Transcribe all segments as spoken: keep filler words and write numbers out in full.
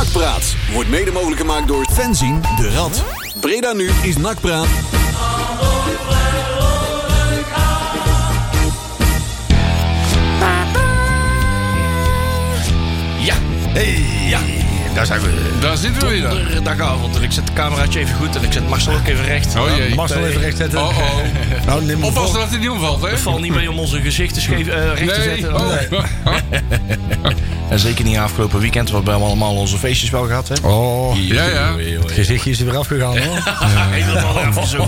Nakpraat wordt mede mogelijk gemaakt door Fenzin de Rad. Breda nu is Nakpraat. Ja, hey, ja. Daar zijn we. Daar zitten we weer. Donderdagavond. En ik zet het cameraatje even goed en ik zet Marcel ook even recht. Oh jee. Marcel even recht zetten. Oh oh. Nou, neem Oppassen dat hij niet omvalt, hè? Het valt niet mee om onze gezichten scheef, uh, recht nee. te zetten. Oh. Nee. En zeker niet afgelopen weekend, want we hebben allemaal onze feestjes wel gehad, hè? Oh, Ja, ja. het gezichtje is er weer afgegaan, hoor. Helemaal even zo.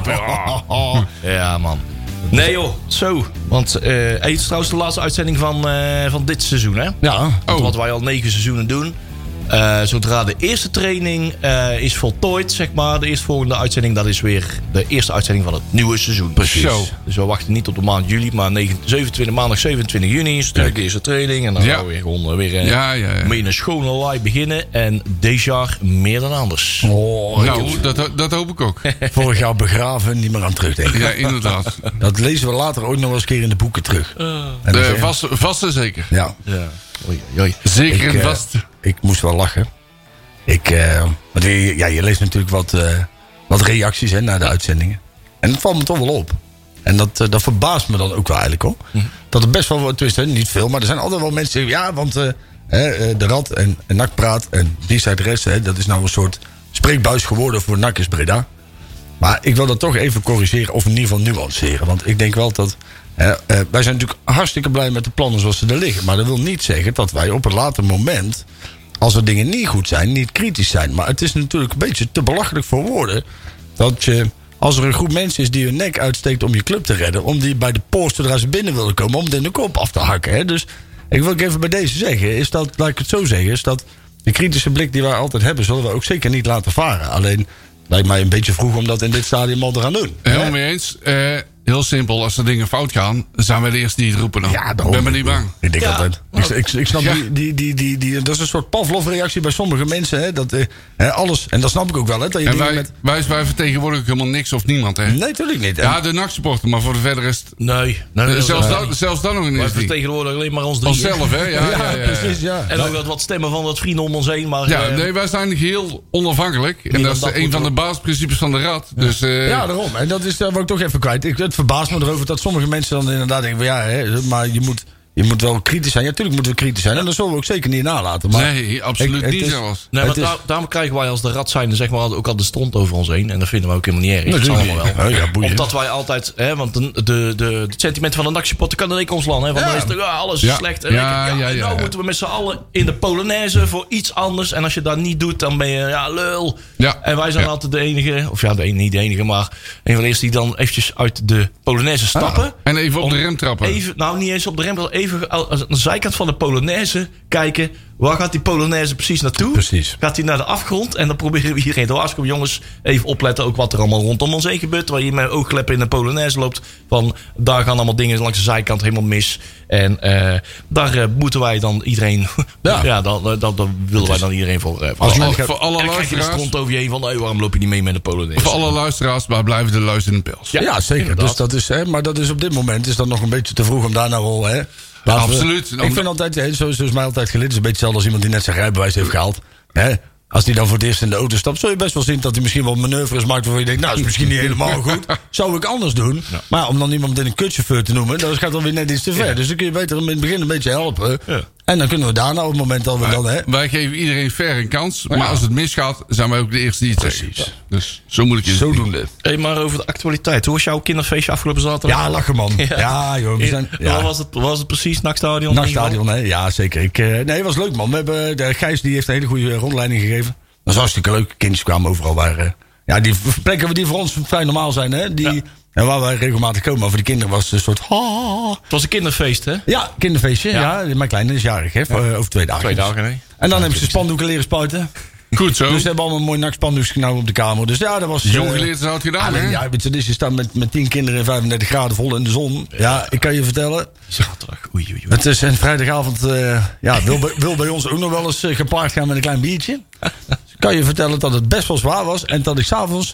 Ja, man. Nee joh, zo. Want uh, het is trouwens de laatste uitzending van, uh, van dit seizoen, hè? Ja. Want Oh. wat wij al negen seizoenen doen. Uh, zodra de eerste training uh, is voltooid, zeg maar, de eerstvolgende uitzending, dat is weer de eerste uitzending van het nieuwe seizoen. Precies. Zo. Dus we wachten niet op de maand juli, maar negen, zevenentwintig, maandag zevenentwintig juni is natuurlijk de eerste training. En dan Ja. gaan we weer gewoon weer uh, Ja, ja, ja. mee in een schone lijn beginnen. En dit jaar meer dan anders. Oh, Nou, dat, dat hoop ik ook. vorig jaar begraven, niet meer aan terugdenken. Ja, inderdaad. Dat lezen we later ook nog wel eens een keer in de boeken terug. En dan De, zeggen- vast, vast en zeker. Ja. Ja. Oei, oei. Zeker Ik, en eh, vast. Ik moest wel lachen. Ik, eh, want je, ja, je leest natuurlijk wat, eh, wat reacties hè, naar de uitzendingen. En dat valt me toch wel op. En dat, uh, dat verbaast me dan ook wel eigenlijk hoor. Mm-hmm. Dat er best wel wat is, hè, niet veel, maar er zijn altijd wel mensen die zeggen, ja, want uh, hè, de Rad en, en Nakpraat en die zijn de rest, hè, dat is nou een soort spreekbuis geworden voor Nak is Breda. Maar ik wil dat toch even corrigeren of in ieder geval nuanceren. Want ik denk wel dat, hè, uh, wij zijn natuurlijk hartstikke blij met de plannen zoals ze er liggen. Maar dat wil niet zeggen dat wij op een later moment, als er dingen niet goed zijn, niet kritisch zijn. Maar het is natuurlijk een beetje te belachelijk voor woorden dat je, als er een groep mensen is die hun nek uitsteekt om je club te redden, om die bij de poort zodra ze binnen willen komen, om het in de kop af te hakken. Hè? Dus ik wil ook even bij deze zeggen, is dat, laat ik het zo zeggen, is dat de kritische blik die wij altijd hebben, zullen we ook zeker niet laten varen. Alleen lijkt mij een beetje vroeg om dat in dit stadium al te gaan doen. Helemaal mee eens. Uh, heel simpel, als er dingen fout gaan, zijn wij de eerste die het roepen dan. Ja, ik ben me niet bang. Ik denk Ja. altijd. Ik, ik, ik snap Ja. die, die, die, die, die. Dat is een soort Pavlov-reactie bij sommige mensen. Hè, dat eh, hè, alles. En dat snap ik ook wel. Hè, dat je En dingen wij, met, wij, wij vertegenwoordigen helemaal niks of niemand, hè? nee, natuurlijk niet. En- Ja, de N A C-supporter, maar voor de verder is het... Nee. nee, nee zelfs, nee. dan, zelfs dan nog Wij niet. vertegenwoordigen alleen maar ons drie. Onszelf, hè? Ja, ja, ja, ja, ja. precies. Ja. En ook wat, wat stemmen van wat vrienden om ons heen. Maar, Ja, uh, nee, wij zijn heel onafhankelijk. En dan dat is dat een moet van de ook. basisprincipes van de Raad. Dus, uh, Ja, daarom. En dat is daar word ik toch even kwijt. Ik, het verbaast me erover dat sommige mensen dan inderdaad denken van ja, hè, maar je moet, je moet wel kritisch zijn. Ja, natuurlijk moeten we kritisch zijn. En dat zullen we ook zeker niet nalaten. Maar nee, absoluut ik- het niet is- zelfs. Nee, Het maar is- daar, daarom krijgen wij als de Rad zijn zeg maar, ook al de stront over ons heen. En dat vinden we ook helemaal niet erg. Dat is Natuurlijk allemaal wel. niet. Oh ja, boeien. Omdat wij altijd, hè, want de, de, de, het sentiment van de N A C-supporter kan in één keer ons land. Hè, want Ja. dan is het, ja, alles is Ja. slecht. En, Ja, ja, ja, en ja, nou ja. moeten we met z'n allen in de Polonaise voor iets anders. En als je dat niet doet, dan ben je ja, lul. Ja. En wij zijn Ja. altijd de enige, of ja, de enige, niet de enige, maar een van de eerste die dan eventjes uit de Polonaise stappen. En even op Om de rem trappen. Even, nou, niet eens op de rem, maar even aan de zijkant van de Polonaise kijken. Waar gaat die Polonaise precies naartoe? Precies. Gaat hij naar de afgrond? En dan proberen we iedereen te waarschuwen. Jongens, even opletten ook wat er allemaal rondom ons heen gebeurt. Terwijl je met oogkleppen in de Polonaise loopt. Van, daar gaan allemaal dingen langs de zijkant helemaal mis. En uh, daar uh, moeten wij dan iedereen... Ja. ja, dan, uh, dat, dat willen wij dan iedereen voor... Uh, voor Als je alle- niet gaat- Voor alle en dan krijg je een luisteraars, stront over je heen van... Hey, waarom loop je niet mee met de Polonaise? voor alle luisteraars, maar blijven de luisterende pels. Ja, Ja, zeker. inderdaad. Dus dat is, hè, maar dat is op dit moment is dat nog een beetje te vroeg om daar nou al. Hè, laten we- absoluut. Ik vind altijd, hè, zo, zo is mij altijd geleerd, het is een beetje hetzelfde als iemand die net zijn rijbewijs heeft gehaald. Hè. Als die dan voor het eerst in de auto stapt, zul je best wel zien dat hij misschien wel manoeuvres maakt waarvan je denkt, nou, dat is misschien niet helemaal goed. Zou ik anders doen. Ja. Maar om dan iemand in een kutchauffeur te noemen, dat gaat dan weer net iets te ver. Ja. Dus dan kun je beter hem in het begin een beetje helpen. Ja. En dan kunnen we daarna op het moment dat we dan, hè. Wij geven iedereen fair een kans. Maar Ja. als het misgaat, zijn wij ook de eerste die het zeggen. Precies. Dus zo moet ik je Zodoende. Hey, maar over de actualiteit. Hoe was jouw kinderfeestje afgelopen zaterdag? Ja, lachen man. Ja, Ja. joh. We zijn, Wat ja. was het, was het precies? Nachtstadion? Nachtstadion, hè? Ja, zeker. Ik, uh, nee, het was leuk, man. We hebben, de Gijs die heeft een hele goede rondleiding gegeven. Dat was hartstikke leuk. Kindjes kwamen overal waar... Uh, ja, die plekken die voor ons vrij normaal zijn, hè? Die, Ja. En waar wij regelmatig komen. Maar voor de kinderen was het een soort... Het was een kinderfeest, hè? Ja, kinderfeestje. Ja. Ja. Mijn kleine is jarig, hè? Ja. Over twee dagen. Twee dagen, nee. En dan hebben ze spandoeken leren spuiten. Goed zo. Dus ze hebben allemaal een mooi nakspandoeks nou op de kamer. Dus ja, dat was... Jong uh, geleerd zou het gedaan, Alleen, hè? ja, weet je, dus je staat met, met tien kinderen in vijfendertig graden vol in de zon. Ja, ik kan je vertellen... Zaterdag. Oei, oei, oei. Het is een vrijdagavond, uh, ja, wil bij, wil bij ons ook nog wel eens uh, gepaard gaan met een klein biertje. Dus kan je vertellen dat het best wel zwaar was. En dat ik s'avonds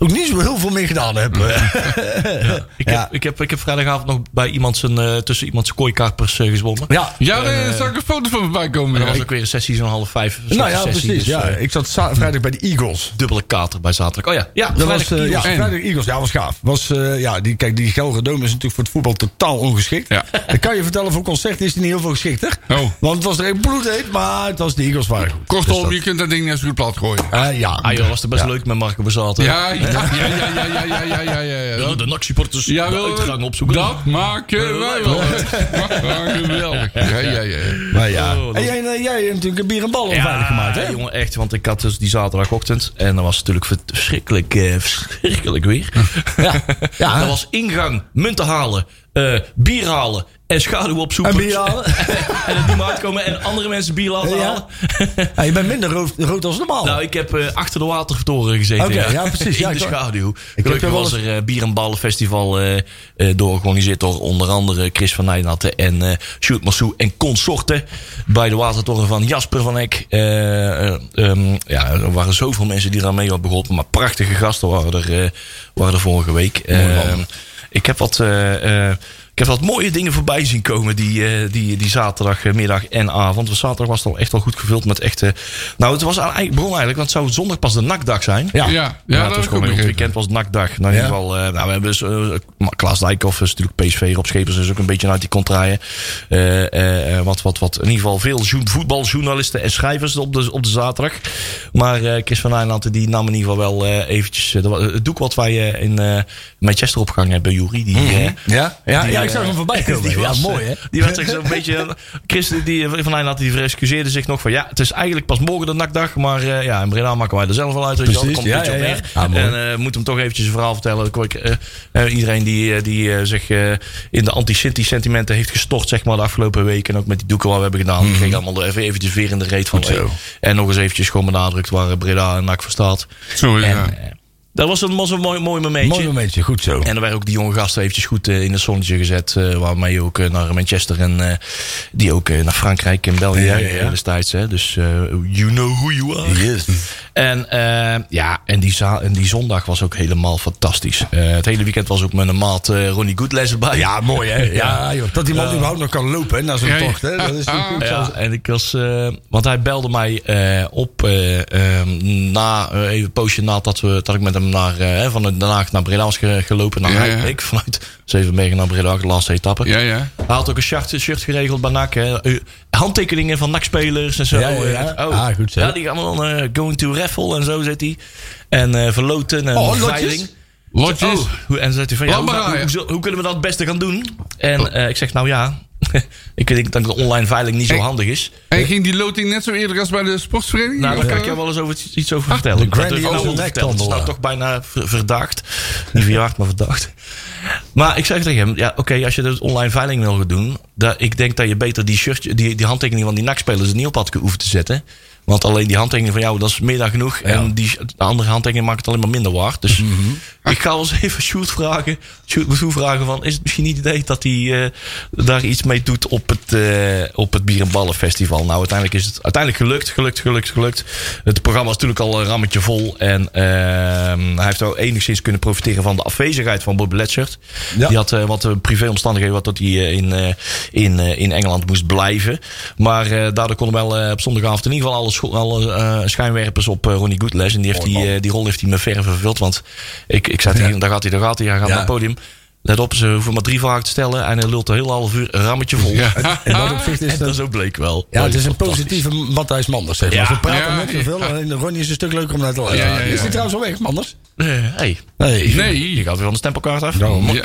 ook niet zo heel veel meer gedaan heb. Ja. Ik, Ja. heb, ik, heb, ik heb vrijdagavond nog bij iemand zijn, uh, tussen iemand zijn kooikarpers uh, gezwommen. Ja, Ja, daar zag ik een foto van voorbij komen. En dat Ja. was ook weer een sessie zo'n half vijf. nou ja, sessie, precies. dus, Ja. uh, Ik zat za- vrijdag bij de Eagles. dubbele kater bij zaterdag. Oh ja, ja, Dat vrijdag was, uh, ja, Eagles. En? vrijdag Eagles. Ja, was gaaf. Was, uh, ja, die, kijk, die Gelredome is natuurlijk voor het voetbal totaal ongeschikt. Ja. Dan kan je vertellen, voor concerten is die niet heel veel geschikter. Oh. Want het was er echt bloedheet, maar het was de Eagles waren goed. Kortom, Dus dat- je kunt dat ding net zo goed plat gooien. Uh, ja. Ah joh, was het best Ja. leuk met Marco Bezaten. Ja, ja, ja, ja, ja, ja, ja, ja, ja, ja, ja. Willen de N A C-supporters Ja, de wil- uitgang opzoeken? Dat maken wij wel. Geweldig. Ja, ja, ja. Maar ja. Oh, dat- En jij, uh, jij hebt natuurlijk een bier en ballen veilig gemaakt, hè? jongen, echt. Want ik had dus die zaterdagochtend. En dat was natuurlijk verschrikkelijk, eh, verschrikkelijk weer. Ja. Ja. Dat was ingang, munten halen, eh, bier halen en schaduw opzoeken. En bier halen. En het niet meer uitkomen en andere mensen bier laten Ja. halen. Ja, je bent minder rood, rood als normaal. Nou, ik heb uh, achter de watertoren gezeten. Oké, ja, precies. In Ja, de ik- schaduw. heb Gelukkig er wel was eens- er uh, Bier en Ballenfestival uh, uh, doorgeorganiseerd door onder andere Chris van Nijnatten en uh, Sjoerd Massou en consorten. Bij de watertoren van Jasper van Eck. Uh, uh, um, ja, er waren zoveel mensen die daar mee hadden geholpen. Maar prachtige gasten waren er, uh, waren er vorige week. Uh, ik heb wat... Uh, uh, Ik heb wat mooie dingen voorbij zien komen die, uh, die, die zaterdagmiddag en avond. Want zaterdag was het al echt wel goed gevuld met echte... Nou, het was eigenlijk, begon eigenlijk, want het zou zondag pas de nakdag zijn. Ja. Ja, ja, Ja, dat het heb was ik gewoon ook het begrepen. weekend was het nakdag. Nou, in Ja. ieder geval, uh, nou, we hebben dus, uh, Klaas Dijkhoff is natuurlijk P S V, Rob Schepers is ook een beetje uit die kont draaien. Uh, uh, wat, wat, wat, in ieder geval veel jo- voetbaljournalisten en schrijvers op de, op de zaterdag. Maar uh, Chris van Nijnatten die nam in ieder geval wel uh, eventjes uh, het doek wat wij uh, in uh, Manchester opgehangen hebben bij Jury. Die, uh, Ja? Ja, die, ja, ik uh, zag hem voorbij komen. die Ja, was, mooi, hè? Die werd zich zo'n beetje... Chris die, van Nijnatten die verexcuseerde zich nog van... Ja, het is eigenlijk pas morgen de nakdag. Maar uh, ja, in Breda maken wij er zelf wel uit. Weet je wel. Dat Precies, komt een ja, beetje ja, op ja. neer. Ah, mooi. En uh, moet hem toch eventjes een verhaal vertellen. Ik, uh, uh, iedereen die, uh, die uh, zich uh, in de anti-Sinti-sentimenten heeft gestort... zeg maar de afgelopen weken. En ook met die doeken wat we hebben gedaan. Mm. Kreeg allemaal even eventjes veer in de reet van... Goed zo. Hey, en nog eens eventjes gewoon benadrukt waar Breda en N A C voor staat. Zo, ja. En, uh, dat was een, was een mooi, mooi momentje. Mooi momentje, goed zo. En er werden ook die jonge gasten eventjes goed uh, in het zonnetje gezet. Uh, waarmee ook uh, naar Manchester en uh, die ook uh, naar Frankrijk en België Ja, ja, ja. destijds. Hè. Dus uh, you know who you are. Yes. En, uh, ja, en, die za- en die zondag was ook helemaal fantastisch. Uh, het hele weekend was ook met een maat uh, Ronnie Goodles erbij. Ja, mooi, hè? Ja, joh. Dat die man überhaupt nog kan lopen, hè, na zo'n Ja, ja. tocht, hè? Dat is natuurlijk Ja, en ik was, uh, want hij belde mij uh, op uh, um, na, uh, even een poosje nadat we, dat ik met hem naar, uh, van Den Haag naar Breda was ge- gelopen. Naar Ja, ja, ja. Ik vanuit Zevenbergen naar Breda, de laatste etappe. Ja, ja. Hij had ook een shirt, shirt geregeld bij N A C. Hè. Uh, handtekeningen van N A C-spelers en zo. Ja, ja, ja. Uh, oh, Ah, goed zo. Ja, die gaan we dan uh, going to raffle en zo zit hij. En uh, verloten en Oh, lotjes? veiling. Lotjes. Oh, hoe- en dan zegt hij van, ja, hoe, Lambara, hoe, ja. hoe, hoe kunnen we dat het beste gaan doen? En uh, ik zeg, nou ja, ik denk dat de online veiling niet zo Hey. handig is. En ging die loting net zo eerlijk als bij de sportsvereniging? Nou, daar Of, kan ik eh? je wel eens over, iets over vertellen. de Dat durf ik grandiose nou wel te vertellen. Het is nou nekhandel. toch bijna ver- verdacht. Niet verjaard, maar verdacht. Maar ik zeg tegen hem, ja, oké, okay, als je dus online veiling wil gaan doen... Dat, ik denk dat je beter die, shirtje, die, die handtekening van die N A C-spelers er niet op had hoeven te zetten. Want alleen die handtekening van jou, dat is meer dan genoeg. En die de andere handtekening maakt het alleen maar minder waard. Dus Mhm. ik ga wel eens even Sjoerd vragen. Sjoerd moet toe vragen van, is het misschien niet het idee dat hij uh, daar iets mee doet op het, uh, op het Bier en Ballen Festival? Nou, uiteindelijk is het uiteindelijk gelukt, gelukt, gelukt, gelukt. Het programma was natuurlijk al een rammetje vol. En uh, hij heeft wel enigszins kunnen profiteren van de afwezigheid van Bobby Letchert. Ja. Die had uh, wat uh, privéomstandigheden, wat dat hij uh, in, uh, in, uh, in Engeland moest blijven. Maar uh, daardoor konden wel uh, op zondagavond in ieder geval alle, scho- alle uh, schijnwerpers op uh, Ronnie Goodles. En die, heeft die, uh, die rol heeft hij met verve vervuld. Want ik, ik zei tegen hem, daar gaat hij, daar gaat hij. Hij gaat Ja. naar het podium. Let op, ze hoeven maar drie vragen te stellen. En hij lult een heel half uur een rammetje vol. Ja. In dat opzicht is En dat dat... zo bleek wel. Ja, het is een Fantastisch. positieve Matthijs Manders, zeg maar. Ja. Ze praten Ja, net zoveel, ja. alleen de Ronnie is een stuk leuker om naar te luisteren. Ja, ja, ja. Is die trouwens al weg, Manders? Uh, hey. Nee. Nee. Je gaat weer van de stempelkaart af. Daarom. Ja.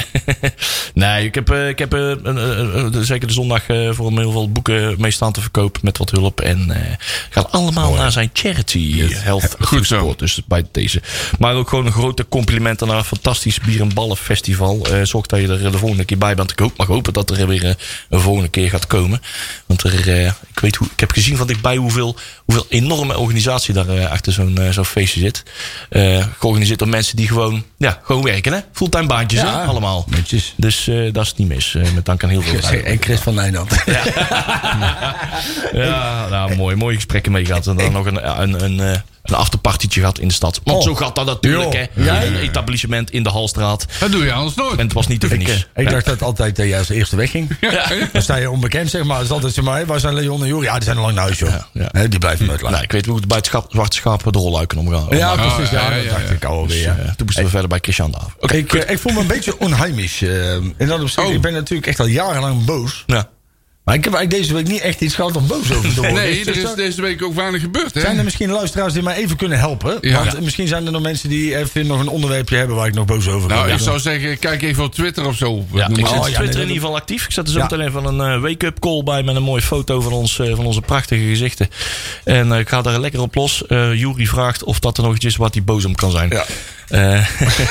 Nee, ik heb, uh, ik heb uh, uh, uh, uh, zeker de zondag uh, voor hem heel veel boeken mee staan te verkopen met wat hulp. En uh, gaat allemaal naar zijn charity health Goed zo. support. Dus bij deze. Maar ook gewoon een grote compliment aan een fantastisch Bier en Ballen Festival. Uh, zorg dat je er de volgende keer bij bent. Ik hoop, mag hopen dat er weer uh, een volgende keer gaat komen. Want er, uh, ik weet hoe, ik heb gezien van dichtbij hoeveel, hoeveel enorme organisatie daar uh, achter zo'n uh, zo'n feestje zit. Uh, georganiseerd door mensen die gewoon, ja, gewoon werken, hè? Fulltime baantjes, Ja. hè? Allemaal. Netjes. Dus uh, dat is niet mis. Uh, met dank aan heel veel vrijwilligers. En Chris van Nijland. Ja, nou, mooi. Mooie gesprekken mee gehad. En dan nog een, een, een, een, een afterpartytje gehad in de stad. Want Oh. zo gaat dat natuurlijk, Jo. hè. Ja, In ja. een etablissement in de Halstraat. Dat doe je anders nooit. En het was niet de Ik, finish. eh, ik dacht dat altijd dat jij als eerste wegging. Dan sta je onbekend, zeg maar. Het is altijd, zeg maar, waar zijn Leon en Jori? Ja, die zijn al lang naar huis, joh. Ja, ja. Hè, die blijven nooit Nou, laten. ik weet hoe het bij het schap, zwarte schaap de rolluiken omgaan. Ja, omgaan. precies. Ja, ja, ja, dat ja, dacht ja. ik al alweer. Dus, Ja. eh, toen moesten we verder bij Christian Daaf. Oké, ik, eh, ik voel me een beetje onheimisch. eh in dat opzicht. Oh. Ik ben natuurlijk echt al jarenlang boos. ja. Maar ik heb eigenlijk deze week niet echt iets gehad om boos over te worden. Nee, Dus er is er- deze week ook weinig gebeurd, hè? Zijn er misschien luisteraars die mij even kunnen helpen? Ja. Want Ja. misschien zijn er nog mensen die even nog een onderwerpje hebben waar ik nog boos over Nou, ben. ik zou zeggen, kijk even op Twitter of zo. Ja, Noem ik maar zit op. op ja, Twitter nee, in dat- ieder geval actief. Ik zet er zo Ja. meteen even een eh, wake-up call bij met een mooie foto van, ons, eh, van onze prachtige gezichten. En eh, ik ga daar lekker op los. Uh, Juri vraagt of dat er nog iets is wat hij boos om kan zijn. Ja. Eh,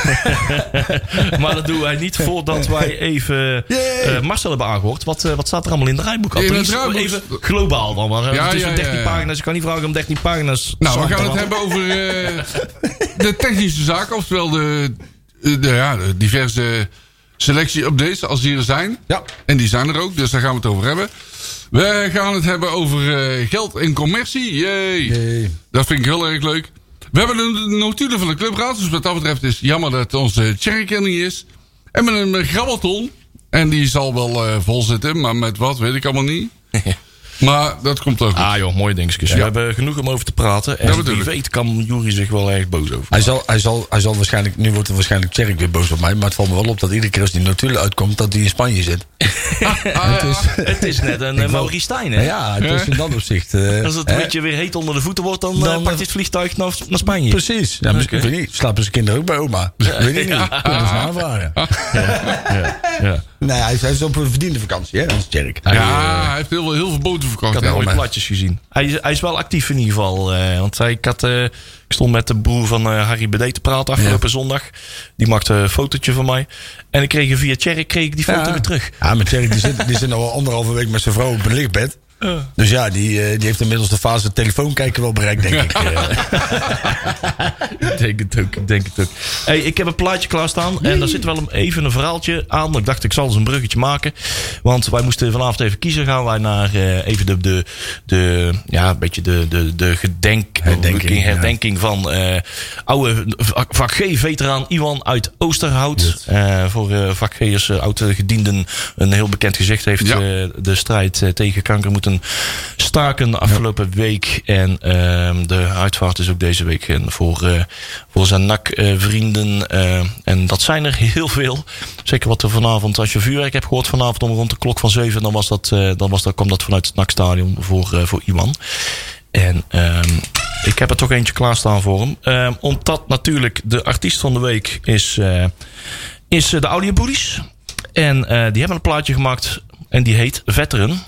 maar dat doen wij niet voordat wij even uh, Marcel hebben aangehoord. Wat, uh, wat staat er allemaal in het rijboek? In het Liefst draaiboek- Even globaal dan. Maar, Ja, het is ja, van dertien ja, ja. pagina's. Ik kan niet vragen om dertien pagina's. Nou, we zand gaan te het laten. hebben over eh, de technische zaken. Oftewel de, de, ja, de diverse selectie-updates als die er zijn. Ja. En die zijn er ook, dus daar gaan we het over hebben. We gaan het hebben over eh, geld en commercie. Yay. Nee. Dat vind ik heel erg leuk. We hebben de notulen van de clubraad. Dus wat dat betreft is het jammer dat onze Tjerk er niet is. En met een eh, grabbelton. En die zal wel uh, vol zitten. Maar met wat, weet ik allemaal niet. Maar dat komt ook goed. Ah joh, mooie dingetjes. We hebben genoeg om over te praten. En Dat wie bedoel ik. weet kan Juri zich wel erg boos over. Hij zal, hij, zal, hij zal waarschijnlijk, nu wordt er waarschijnlijk Tjerk weer boos op mij. Maar het valt me wel op dat iedere keer als die notulen uitkomt, dat hij in Spanje zit. Ah, Het is net een uh, Maurice Stijn, hè? Ja, dus in dat opzicht. eh, Als het een hè? beetje weer heet onder de voeten wordt, dan, Dan, uh, pakt eh, dit vliegtuig naar, naar Spanje. Precies. Ja, misschien Oké. weet ik niet. Slapen zijn kinderen ook bij oma? Weet ik niet. Ja. Dat is een aanvragen. Ja, ja. Nee, hij is, hij is op een verdiende vakantie, hè? Dat is Tjerk. Ja, hij heeft heel, heel veel boten verkocht. Ik had hè. mooie maar- plaatjes gezien. Hij, is- hij is wel actief in ieder geval. eh, want hij, ik, had, eh, ik stond met de broer van eh, Harry Bede te praten afgelopen zondag. Die maakte een fotootje van mij. En ik kreeg via Tjerk kreeg ik die foto weer terug. Ja, maar Tjerk die zit, die zit al anderhalve week met zijn vrouw op een lichtbed. Dus ja, die, eh, die heeft inmiddels de fase telefoon kijken wel bereikt, denk ik. Eh, Ik denk het ook, ik denk het ook. Hey, ik heb een plaatje klaarstaan en daar zit wel een, even een verhaaltje aan. Ik dacht, ik zal eens een bruggetje maken. Want wij moesten vanavond even kiezen. Gaan wij naar eh, even de, de, de, ja, een beetje de, de, de gedenk, Herdenking, herdenking van eh, oude vak G-veteraan Iwan uit Oosterhout. Eh, voor eh, vak G'ers, uh, oude gedienden, een heel bekend gezicht heeft Ja. eh, de strijd eh, tegen kanker moeten staken de afgelopen week. En ehm, de uitvaart is ook deze week en voor, eh, voor zijn N A C-vrienden. eh, en dat zijn er heel veel. Zeker wat er vanavond, als je vuurwerk hebt gehoord vanavond om rond de klok van zeven, dan, was dat, eh, dan was dat, kwam dat vanuit het N A C-stadion voor, eh, voor Iwan. En ehm, ik heb er toch eentje klaarstaan voor hem. Ehm, omdat natuurlijk de artiest van de week is, eh, is eh, de Audioboelies. En eh, die hebben een plaatje gemaakt en die heet Veteran.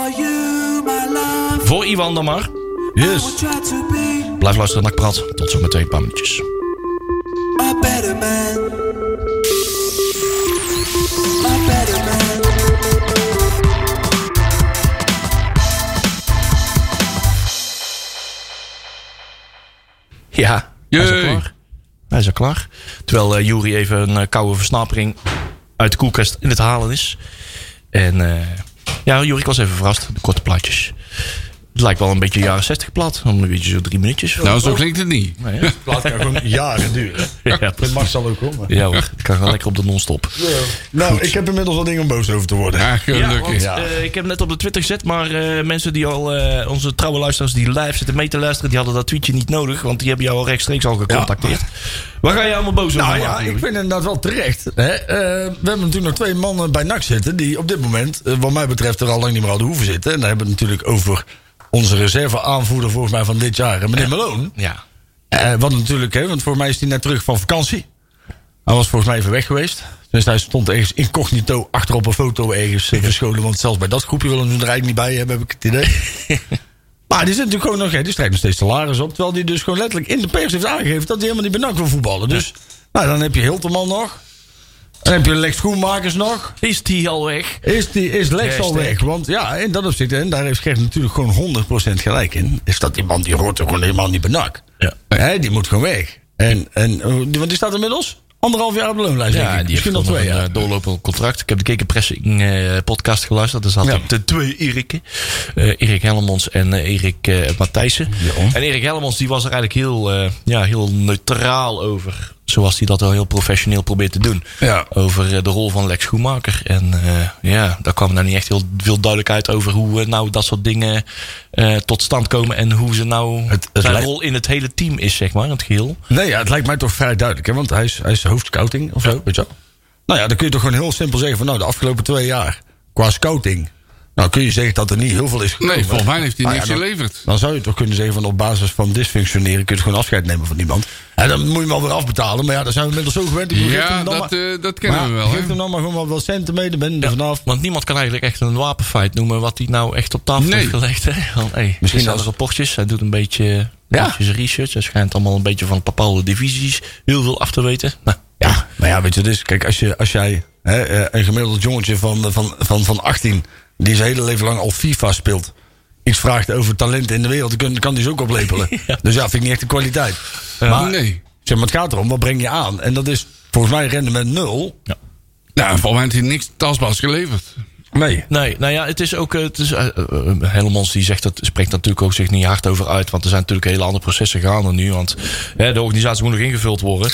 Voor Iwan dan maar. yes. Blijf luisteren naar Praat. Tot zo meteen, een paar minuutjes. A better man. A better man. Ja, hij is al Jee. klaar. Hij is al klaar. Terwijl uh, Juri even een uh, koude versnapering uit de koelkast in het halen is. En uh, ja, Juri, ik was even verrast. De korte plaatjes. Het lijkt wel een beetje jaren zestig plat. Dan een beetje zo drie minuutjes. Nou, zo klinkt het niet. Nee, hè? Plaat kan gewoon jaren duren. Ja, Dat precies. mag zal ook komen. Ja hoor, het kan gewoon lekker op de non-stop. Nou, ik heb inmiddels wel dingen om boos over te worden. Ja, Ja, gelukkig. want, Ja. eh, ik heb hem net op de Twitter gezet, maar eh, mensen die al, eh, onze trouwe luisteraars die live zitten mee te luisteren, die hadden dat tweetje niet nodig, want die hebben jou al rechtstreeks al gecontacteerd. Waar ga je allemaal boos over Nou ja, maken, ik Juri? vind inderdaad wel terecht. Hè? Eh, we hebben natuurlijk nog twee mannen bij N A C zitten die op dit moment, eh, wat mij betreft, er al lang niet meer hadden hoeven zitten. En daar hebben we het natuurlijk over onze reserve-aanvoerder volgens mij van dit jaar, meneer Malone. Ja. Eh, wat natuurlijk, hè, want voor mij is hij net terug van vakantie. Hij was volgens mij even weg geweest. Dus hij stond ergens incognito achter op een foto ergens eh, verscholen. Want zelfs bij dat groepje willen ze er eigenlijk niet bij hebben, heb ik het idee. Maar die zit natuurlijk gewoon nog, hè, die strijkt nog steeds salaris op. Terwijl die dus gewoon letterlijk in de pers heeft aangegeven dat hij helemaal niet bij N A C wil voetballen. Dus nou, dan heb je Hilterman nog. Dan heb je Lex Schoenmakers nog. Is die al weg? Is, die, is Lex Ja, al sterk. weg? Want ja, in dat opzicht, en daar heeft Gert natuurlijk gewoon honderd procent gelijk in. Is dat die man die hoort er gewoon helemaal niet bij N A C. Ja. Hè, die moet gewoon weg. En, en, eh, die- want die staat inmiddels anderhalf jaar op de loonlijst. Ja, denk ik. en die Misschien heeft al nog twee een jaar. uh, doorlopend contract. Ik heb de Kekenpressing uh, podcast geluisterd. Daar zat Ja. ik de twee Eriken. Uh, Erik Hellemons en uh, Erik uh, Matthijssen. Ja. En Erik Hellemons die was er eigenlijk heel, uh, ja, heel neutraal over. Zoals hij dat al heel professioneel probeert te doen. Ja. Over uh, de rol van Lex Schoenmaker. En uh, ja, daar kwam nou niet echt heel veel duidelijkheid over hoe uh, nou dat soort dingen uh, tot stand komen. En hoe ze nou Het- het zijn lijkt- rol in het hele team is, zeg maar, in het geheel. Nee, ja, het lijkt mij toch vrij duidelijk. Hè? Want hij is, hij is hoofdscouting of zo, weet je wel. Nou ja, dan kun je toch gewoon heel simpel zeggen van... nou, de afgelopen twee jaar, qua scouting... nou, kun je zeggen dat er niet heel veel is gekomen. Nee, volgens mij heeft hij Nou niks ja, dan- geleverd. Dan zou je toch kunnen zeggen van op basis van dysfunctioneren... kun je gewoon afscheid nemen van iemand. En dan moet je hem wel weer afbetalen. Maar ja, daar zijn we inmiddels zo gewend. Ik bedoel, geef Ja, hem dan dat, maar- uh, dat kennen maar we wel. Geef Hè? hem dan maar gewoon wel wat centen mee. Dan ben je er vanaf. Want niemand kan eigenlijk echt een wapenfeit noemen wat hij nou echt op tafel Nee. heeft gelegd. Hè? Van, hey, Misschien zijn als- er rapportjes. Hij doet een beetje, Ja. beetje zijn research. Hij schijnt allemaal een beetje van bepaalde divisies heel veel af te weten. Nou, Ja, maar ja, weet je, dus kijk, als, je, als jij hè, eh, een gemiddeld jongetje van, van, van, van achttien... die zijn hele leven lang al FIFA speelt... iets vraagt over talenten in de wereld... dan kan, kan die ze ook oplepelen. Ja. Dus ja, vind ik niet echt de kwaliteit. Maar, Nee. zeg maar, het gaat erom, wat breng je aan? En dat is volgens mij rendement nul. Nou, volgens mij heeft hij niks tastbaars geleverd. Nee. nee, nou ja, het is ook. uh, Het is, uh, uh, Hellemons die zegt dat, spreekt natuurlijk ook zich niet hard over uit. Want er zijn natuurlijk hele andere processen gaande nu. Want uh, de organisatie moet nog ingevuld worden.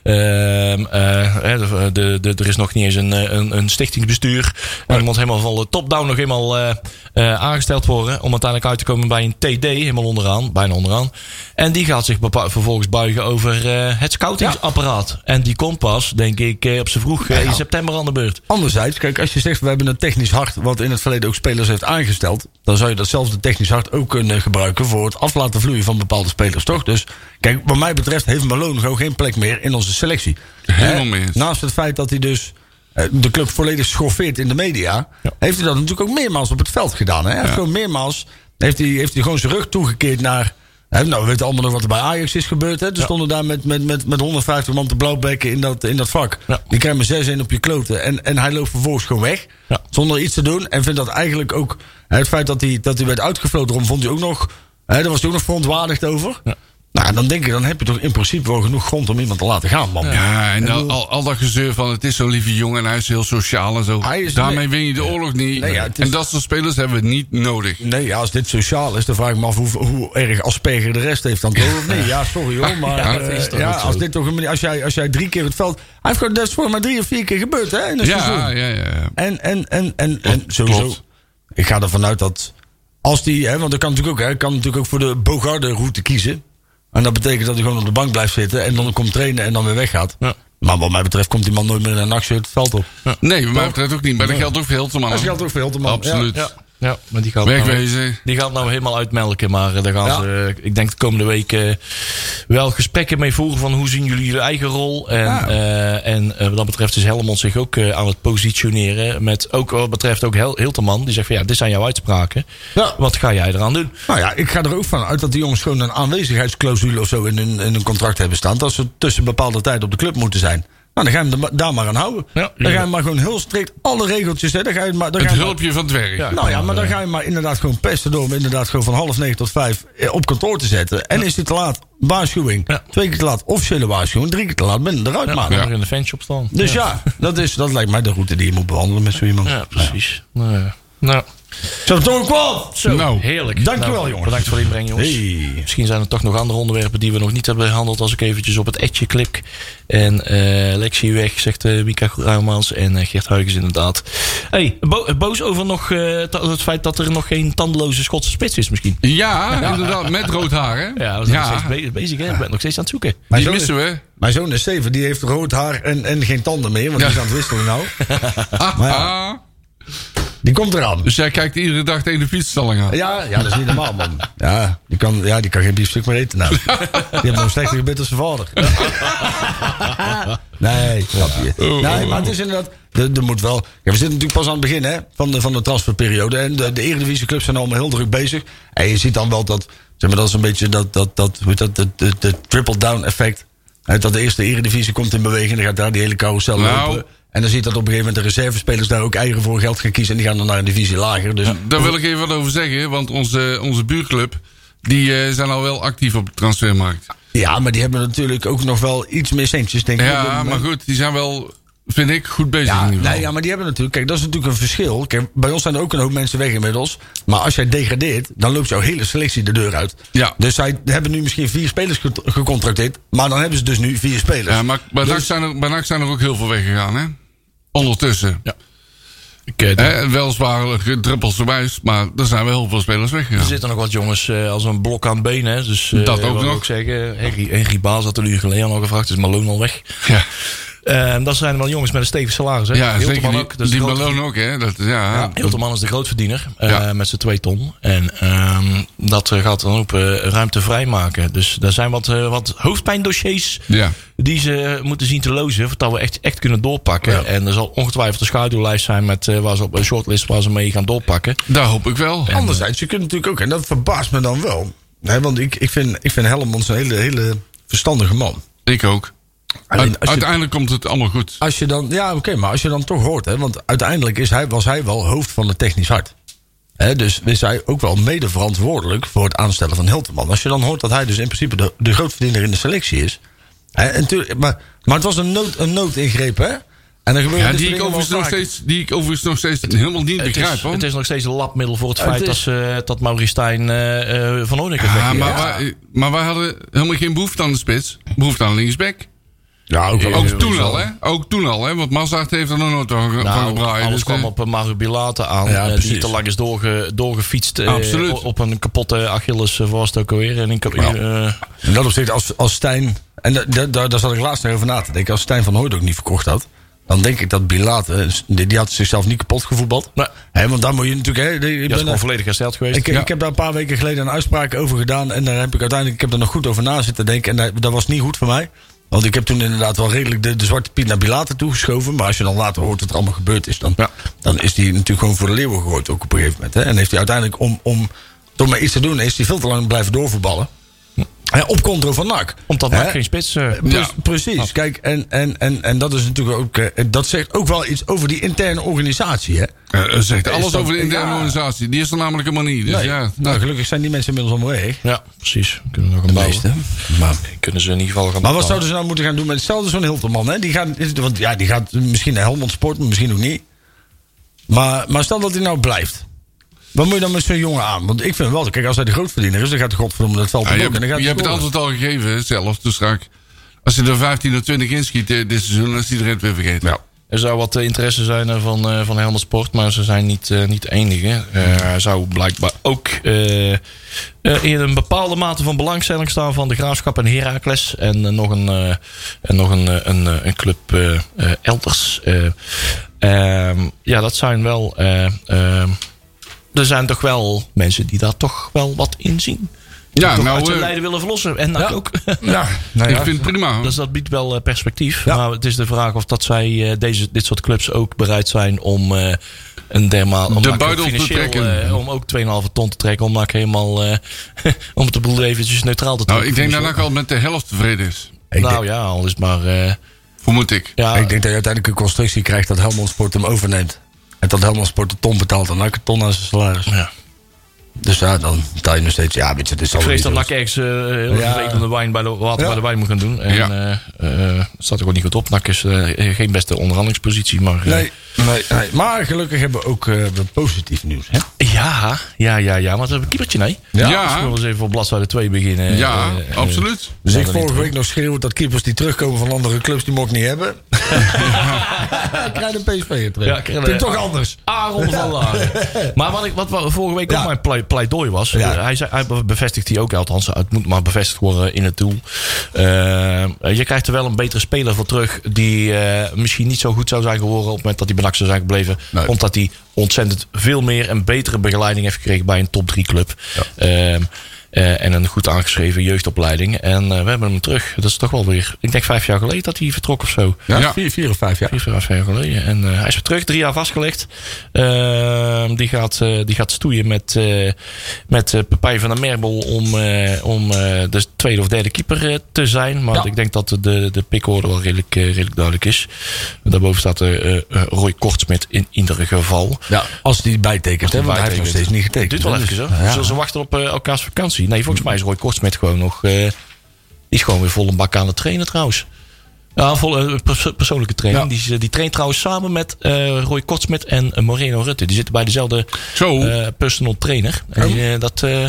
Uh, uh, de, de, de, er is nog niet eens een, een, een stichtingsbestuur. En er moet helemaal van de top-down nog helemaal uh, uh, aangesteld worden. Om uiteindelijk uit te komen bij een T D, helemaal onderaan, bijna onderaan. En die gaat zich bepa- vervolgens buigen over uh, het scoutingsapparaat. En die komt pas, denk ik, uh, op z'n vroeg uh, in september aan de beurt. Anderzijds, kijk, als je zegt... we hebben een technisch hart... wat in het verleden ook spelers heeft aangesteld... dan zou je datzelfde technisch hart ook kunnen gebruiken... voor het af laten vloeien van bepaalde spelers, toch? Dus kijk, wat mij betreft heeft Malone gewoon geen plek meer... in onze selectie. Helemaal Hè? mee eens. Naast het feit dat hij dus... eh, de club volledig schoffeert in de media... Ja. heeft hij dat natuurlijk ook meermaals op het veld gedaan. Hè? Hij heeft gewoon meermaals... heeft hij, heeft hij gewoon zijn rug toegekeerd naar... Hè, nou, we weten allemaal nog wat er bij Ajax is gebeurd. Hè? Er stonden daar met, met, met, met honderdvijftig man te blauwbekken in dat, in dat vak. Ja. Die krijgen maar zes in op je kloten. En, en hij loopt vervolgens gewoon weg. Ja. Zonder iets te doen. En vindt dat eigenlijk ook... Hè, het feit dat hij, dat hij werd uitgefloten, daarom vond hij ook nog... Hè, daar was hij ook nog verontwaardigd over. Ja. Nou, dan denk ik, dan heb je toch in principe wel genoeg grond om iemand te laten gaan, man. Ja, en al, al, al dat gezeur van het is zo'n lieve jongen en hij is heel sociaal en zo. Hij is- Daarmee nee. win je de oorlog niet. Nee, ja, het is- En dat soort spelers hebben we niet nodig. Nee, ja, als dit sociaal is, dan vraag ik me af hoe, hoe erg Asperger de rest heeft dan toch, of niet? Ja, sorry hoor, maar Ja, eh, dat is toch ja, ook zo. als, dit toch een manier, als, jij, als jij drie keer het veld... Hij heeft gewoon, dat is voor maar drie of vier keer gebeurd, hè, in een Ja, seizoen. ja, ja. ja. En, en, en, en, en sowieso, klopt. ik ga ervan uit dat als die, hè, want dat kan natuurlijk ook, hè, kan natuurlijk ook voor de Bogarde route kiezen. En dat betekent dat hij gewoon op de bank blijft zitten en dan komt trainen en dan weer weggaat. Ja. Maar wat mij betreft komt die man nooit meer in een nachtshirt het veld op. Nee, wat mij betreft ook niet. Maar dat geldt ook voor Hilterman. Dat geldt ook voor Hilterman. Absoluut. Ja, ja, maar die gaat, nou, Wegwezen. die gaat nou helemaal uitmelken. Maar eh, daar gaan Ja. ze, eh, ik denk de komende week eh, wel gesprekken mee voeren van hoe zien jullie je eigen rol. En, Ja. eh, en eh, wat dat betreft is Helmond zich ook eh, aan het positioneren. Met ook wat betreft ook Hel Hilterman. Die zegt van ja, dit zijn jouw uitspraken. Ja. Wat ga jij eraan doen? Nou ja, ik ga er ook van uit dat die jongens gewoon een aanwezigheidsclausule of zo in hun, in hun contract hebben staan. Dat ze tussen bepaalde tijd op de club moeten zijn. Nou, dan ga je hem er- daar maar aan houden. Ja, dan ga je maar gewoon heel strikt alle regeltjes. Hè, dan ga je maar, dan Het ga je maar- hulpje van het werk. Ja. Nou ja, maar dan ga je maar inderdaad gewoon pesten door hem inderdaad gewoon van half negen tot vijf eh, op kantoor te zetten. En is hij te laat, waarschuwing. Ja. Twee keer te laat, officiële waarschuwing. Drie keer te laat, ben je eruit, Ja, man. nog in de fanshop staan. Dus ja, dat, is, dat lijkt mij de route die je moet bewandelen met zo iemand. Ja, precies. Nou, ja. nou, Zo, toch kwam! zo, Nou, heerlijk. dankjewel, Nou, jongens. Bedankt voor het inbreng, jongens. Hey. Misschien zijn er toch nog andere onderwerpen die we nog niet hebben behandeld. Als ik eventjes op het etje klik. En eh Lexie weg, zegt uh, Mika Ruimans. En uh, Geert Huygens inderdaad. Hey, bo boos over nog, uh, het feit dat er nog geen tandeloze Schotse spits is misschien. Ja, inderdaad. Met rood haar, hè? Ja, we zijn nog steeds be bezig. Hè? Ik ben nog steeds aan het zoeken. Mijn Die zoon missen is- we. Mijn zoon is zeven, die heeft rood haar en, en geen tanden meer. Want die is aan het wisselen nou. Ah, Maar ah. Die komt eraan. Dus jij kijkt iedere dag tegen de fietsstalling aan. Ja, ja, dat is niet normaal, man. Ja, die kan, ja, die kan geen biefstuk meer eten nou. Die heeft nog een slechter gebit als zijn vader. Nee, grapje. Nee, maar het is inderdaad... Er, er moet wel... Ja, we zitten natuurlijk pas aan het begin hè, van, de, van de transferperiode. En de, de Eredivisieclubs zijn allemaal heel druk bezig. En je ziet dan wel dat... Zeg maar, dat is een beetje dat... dat, dat hoe heet dat? De, de, de triple-down effect. Hè, dat de eerste Eredivisie komt in beweging. Dan gaat daar die hele carousel Nou. lopen. En dan zie je dat op een gegeven moment de reservespelers daar ook eigen voor geld gaan kiezen. En die gaan dan naar een divisie lager. Dus Daar wil ik even wat over zeggen. Want onze, onze buurclub... die uh, zijn al wel actief op de transfermarkt. Ja, maar die hebben natuurlijk ook nog wel iets meer centjes, denk ik. op dit Ja, moment. maar goed, die zijn wel, vind ik, goed bezig Ja, in ieder geval. nee, ja, maar die hebben natuurlijk... Kijk, dat is natuurlijk een verschil. Kijk, bij ons zijn er ook een hoop mensen weg inmiddels. Maar als jij degradeert, dan loopt jouw hele selectie de deur uit. Ja. Dus zij hebben nu misschien vier spelers ge- gecontracteerd. Maar dan hebben ze dus nu vier spelers. Ja, maar bij Dus- NAC zijn, er, bij NAC zijn er ook heel veel weggegaan, hè? Ondertussen. Ja. Ik, eh, Hè, weliswaar druppels erbij, maar er zijn wel heel veel spelers Er weggegaan. zitten nog wat jongens eh, als een blok aan het been. Hè. Dus, eh, Dat ook wat wil nog. Ik zeggen, Henry, Henry Baas had een uur geleden al gevraagd. Is Malone al weg. Ja, Uh, dat zijn wel jongens met een stevig salaris. Hè. ja zeker. Hilterman Die, ook. Dat is die de grote- Malone ook, hè? Dat, ja, ja. Hilterman is de grootverdiener. Uh, Ja. Met zijn twee ton. En uh, dat uh, gaat dan ook uh, ruimte vrijmaken. Dus er zijn wat, uh, wat hoofdpijndossiers ja. die ze moeten zien te lozen. Voordat we echt, echt kunnen doorpakken. Ja. En er zal ongetwijfeld een schaduwlijst zijn met, uh, waar ze op een shortlist waar ze mee gaan doorpakken. Daar hoop ik wel. Anderzijds, je kunt natuurlijk ook... En dat verbaast me dan wel. Nee, want ik, ik vind, ik vind Hellemons een hele, hele verstandige man. Ik ook. Alleen Uite- als je- Uiteindelijk komt het allemaal goed. Als je dan, ja, oké, maar als je dan toch hoort, hè, want uiteindelijk is hij, was hij wel hoofd van het technisch hart. Hè, dus is hij ook wel mede verantwoordelijk voor het aanstellen van Hilterman. Als je dan hoort dat hij dus in principe de, de grootverdiener in de selectie is. Hè, en tuurlijk- maar, maar het was een, nood, een noodingreep, hè? En dan gebeurt Ja, dit die soort ik, dingen overigens wel nog vaak. steeds, die ik overigens nog steeds helemaal niet Het begrijp. is, hoor. het is nog steeds een labmiddel voor het Het feit is- dat, ze, dat Maurice Stijn uh, uh, Van Oornik heeft Ja, weggegeven. maar, wij, maar wij hadden helemaal geen behoefte aan de spits. Behoefte aan linksback. Ja, ook, wel. Ook sowieso. toen al, hè? Ook toen al, hè? Want Mazart heeft er nog nooit van, ge- van Nou, gebraaid. alles Dus, kwam eh, op uh, Mario Bilate aan. Ja, eh, precies. die te lang is doorge, doorgefietst. eh, Absoluut. op een kapotte Achilles uh, was het ook alweer. En ik, Ja. uh, In dat opzicht, als, als Stijn... En da- da- daar daar zat ik laatst nog over na te denken. Als Stijn van Hooyd ook niet verkocht had... dan denk ik dat Bilate... Die, die had zichzelf niet kapot gevoetbald. Nee. Hè, want daar moet je natuurlijk... Hè, ik die ben was gewoon er- volledig hersteld geweest. Ik, Ja. ik heb daar een paar weken geleden een uitspraak over gedaan. En daar heb ik uiteindelijk... Ik heb er nog goed over na zitten denken. En dat, dat was niet goed voor mij. Want ik heb toen inderdaad wel redelijk de, de zwarte piet naar Bilate toegeschoven. Maar als je dan later hoort wat er allemaal gebeurd is... dan, Ja. dan is die natuurlijk gewoon voor de leeuwen gegooid. Ook op een gegeven moment. Hè. En heeft hij uiteindelijk om... om toch maar iets te doen... is hij veel te lang blijven doorvoetballen. Hè, op controle van N A C. Omdat Hè? NAC geen spits... Uh, Pre- Ja. Precies. Kijk, en, en, en, en dat is natuurlijk ook. eh, Dat zegt ook wel iets over die interne organisatie. Hè? eh, het zegt alles dat- over de interne ja. organisatie. Die is er namelijk helemaal niet. Dus Nee. ja, Nou, gelukkig zijn die mensen inmiddels allemaal weg. ja, precies. Kunnen we nog De een bouwen. meeste. Maar, Kunnen ze in ieder geval gaan maar wat betalen. zouden ze nou moeten gaan doen met hetzelfde zo'n Hilterman? Hè? Die, gaat, want, ja, die gaat misschien naar Helmond Sport, maar misschien ook niet. Maar, maar stel dat hij nou blijft. Wat moet je dan met zo'n jongen aan? Want ik vind wel, kijk, als hij de grootverdiener is, dan gaat de godverdomme dat veld Ja, op je ook. En dan hebt, gaat je hij hebt het scoren. antwoord al gegeven hè, zelf. Dus straks, als je er vijftien of twintig inschiet eh, dit seizoen, dan is iedereen het weer vergeten. Ja. Er zou wat eh, interesse zijn eh, van, eh, van Helmond Sport, maar ze zijn niet, eh, niet de enige. Eh, Er zou blijkbaar ook eh, eh, in een bepaalde mate van belangstelling staan van de Graafschap en Heracles. En eh, nog een, eh, en nog een, eh, een, eh, een club eh, eh, elders. Eh, ehm, ja, dat zijn wel. eh, ehm, er zijn toch wel mensen die daar toch wel wat in zien. Ja, Toch nou, uit hun eh, lijden willen verlossen. En NAC Ja. ook. Ja, nou ja. ik vind het prima. Dus dat biedt wel eh, perspectief. Ja. Maar het is de vraag of dat zij eh, deze, dit soort clubs ook bereid zijn om eh, een dermaal om De NAC buidel te financieel, trekken. eh, om ook twee komma vijf ton te trekken. Om NAC helemaal eh, om het de boel eventjes neutraal te Nou, trekken. ik denk dat financieel. NAC al met de helft tevreden is. Ik Nou denk- ja, al is het maar. eh, Vermoed ik. ja, Ik denk dat je uiteindelijk een constructie krijgt dat Helmond Sport hem overneemt. En dat Helmond Sport een ton betaalt en N A C een ton aan zijn salaris. ja. Dus ja, dan betaal je nog steeds... Ja, weet je, dit is Ik vrees dat al NAC ergens eh, heel Ja. vervelende wijn bij de water Ja. bij de wijn moet gaan doen. En Ja. eh, eh, dat staat er gewoon niet goed op. NAC is eh, geen beste onderhandelingspositie. Maar, eh, Nee, nee, nee. Maar gelukkig hebben we ook eh, wat positief nieuws. Hè? ja, ja, ja, ja. Maar we hebben een keepertje, nee. Ja. Dus we eens even op bladzijde twee beginnen. Ja, Eh, eh, absoluut. Dus zijn ik er vorige niet week nog schreeuwde dat keepers die terugkomen van andere clubs, die mocht niet hebben. Ik krijg een P S V'er terug. Ja, Ja, ik krijg Vind een- toch anders. Aaron van Laren. Maar wat, ik, wat wa- vorige week Ja. ook mijn plei- pleidooi was. Ja. eh, hij, zei, hij bevestigt die ook, althans. Het moet maar bevestigd worden in het doel. Eh, je krijgt er wel een betere speler voor terug. Die eh, misschien niet zo goed zou zijn geworden. op het moment dat hij bij N A C zou zijn gebleven. Nee. Omdat hij ontzettend veel meer en betere begeleiding heeft gekregen bij een top drie club. Ehm, eh, en een goed aangeschreven jeugdopleiding. En eh, we hebben hem terug. Dat is toch wel weer, ik denk vijf jaar geleden dat hij vertrok of zo. Ja, Ja. Vier, vier of vijf jaar. Vier, vijf jaar geleden. En uh, hij is weer terug, drie jaar vastgelegd. Uh, die, gaat, uh, die gaat stoeien met, uh, met uh, Pepijn van der Merbel om, uh, om uh, de tweede of derde keeper uh, te zijn. Maar Ja. ik denk dat de, de pickorde wel redelijk, uh, redelijk duidelijk is. Daarboven staat uh, uh, Roy Kortsmit in ieder geval. Ja, als die bijtekent, hè, want hij heeft nog steeds niet getekend. Duurt wel hè, even dus- zo. ja. Zullen ze wachten op uh, elkaars vakantie? Nee, volgens mij is Roy Kortsmit gewoon nog... Uh, Die is gewoon weer vol een bak aan het trainen trouwens. Ja, vol, uh, pers- persoonlijke training. Ja. Die, die traint trouwens samen met uh, Roy Kortsmit en uh, Moreno Rutte. Die zitten bij dezelfde Zo. uh, personal trainer. En die, uh, dat, uh,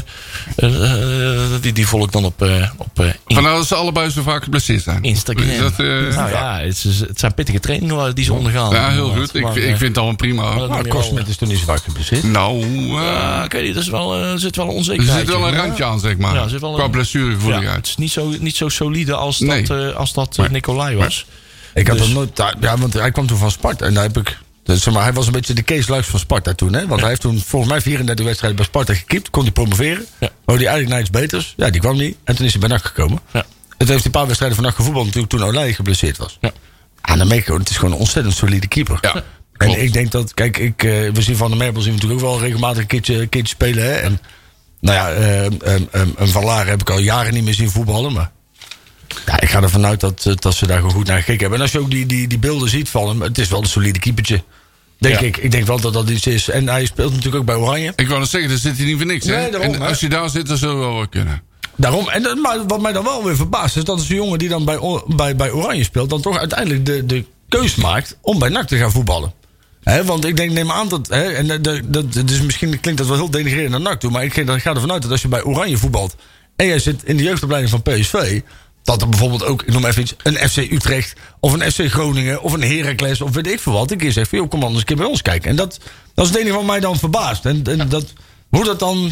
uh, die, die volg ik dan op, uh, op uh, in- Vandaar dat ze allebei zo vaak geblesseerd zijn. Instagram. Is dat, uh, nou ja, het, is, het zijn pittige trainingen die ze ondergaan. ja, heel Maar, goed. Ik, maar, ik uh, vind het allemaal prima. maar dat Maar neem je wel, Kosmet is toen niet zo vaak geblesseerd. Nou, uh, Ja, ik weet niet, er is wel, uh, er zit wel een er onzekerheid. zit wel een randje aan, zeg maar. Ja, er zit wel Qua een- blessuregevoeligheid. Ja, het is niet zo, niet zo solide als dat, Nee. uh, als dat uh, Nee. Nicolai was. Ik had Dus- hem nooit... daar- Ja, want hij kwam toen van Sparta. En daar heb ik... Dus, zeg maar, hij was een beetje de Kees Luijks van Sparta toen. Hè? Want hij heeft toen volgens mij vierendertig wedstrijden bij Sparta gekiept. Kon hij promoveren. Ja. Wou hij eigenlijk naar iets beters. Ja, die kwam niet. En toen is hij bij N A C gekomen. Ja. En toen heeft hij een paar wedstrijden van N A C gevoetbald. Natuurlijk toen Olij geblesseerd was. Ja. Ja, dan merk je gewoon, het is gewoon een ontzettend solide keeper. Ja, En klopt. ik denk dat, kijk, ik, uh, we zien Van der Merbel zien we natuurlijk ook wel regelmatig een keertje, een keertje spelen. Hè? En nou ja, uh, um, um, um, Van Laar heb ik al jaren niet meer zien voetballen. Maar ja, ik ga ervan uit dat, uh, dat ze daar gewoon goed naar gekeken hebben. En als je ook die, die, die beelden ziet van hem, het is wel een solide keepertje. Denk Ja. ik. Ik denk wel dat dat iets is. En hij speelt natuurlijk ook bij Oranje. Ik wou net zeggen, daar zit hij niet voor niks. Hè? Nee, daarom, en hè. als je daar zit, dan zullen we wel wat kunnen. Daarom, en, dat- maar wat mij dan wel weer verbaast is dat is een jongen die dan bij, O- bij, bij Oranje speelt, dan toch uiteindelijk de, de keus maakt om bij N A C te gaan voetballen. Hè, want ik denk, neem aan dat, hè, en dat, dat, dat, dus misschien klinkt dat wel heel denigrerend naar N A C toe, maar ik ga- ik ga ervan uit dat als je bij Oranje voetbalt en jij zit in de jeugdopleiding van P S V, dat er bijvoorbeeld ook, ik noem even iets, een F C Utrecht of een F C Groningen of een Heracles of weet ik veel wat, een keer zegt van, joh, kom anders een keer bij ons kijken. En dat, dat is het enige wat mij dan verbaast. En, en dat, hoe dat dan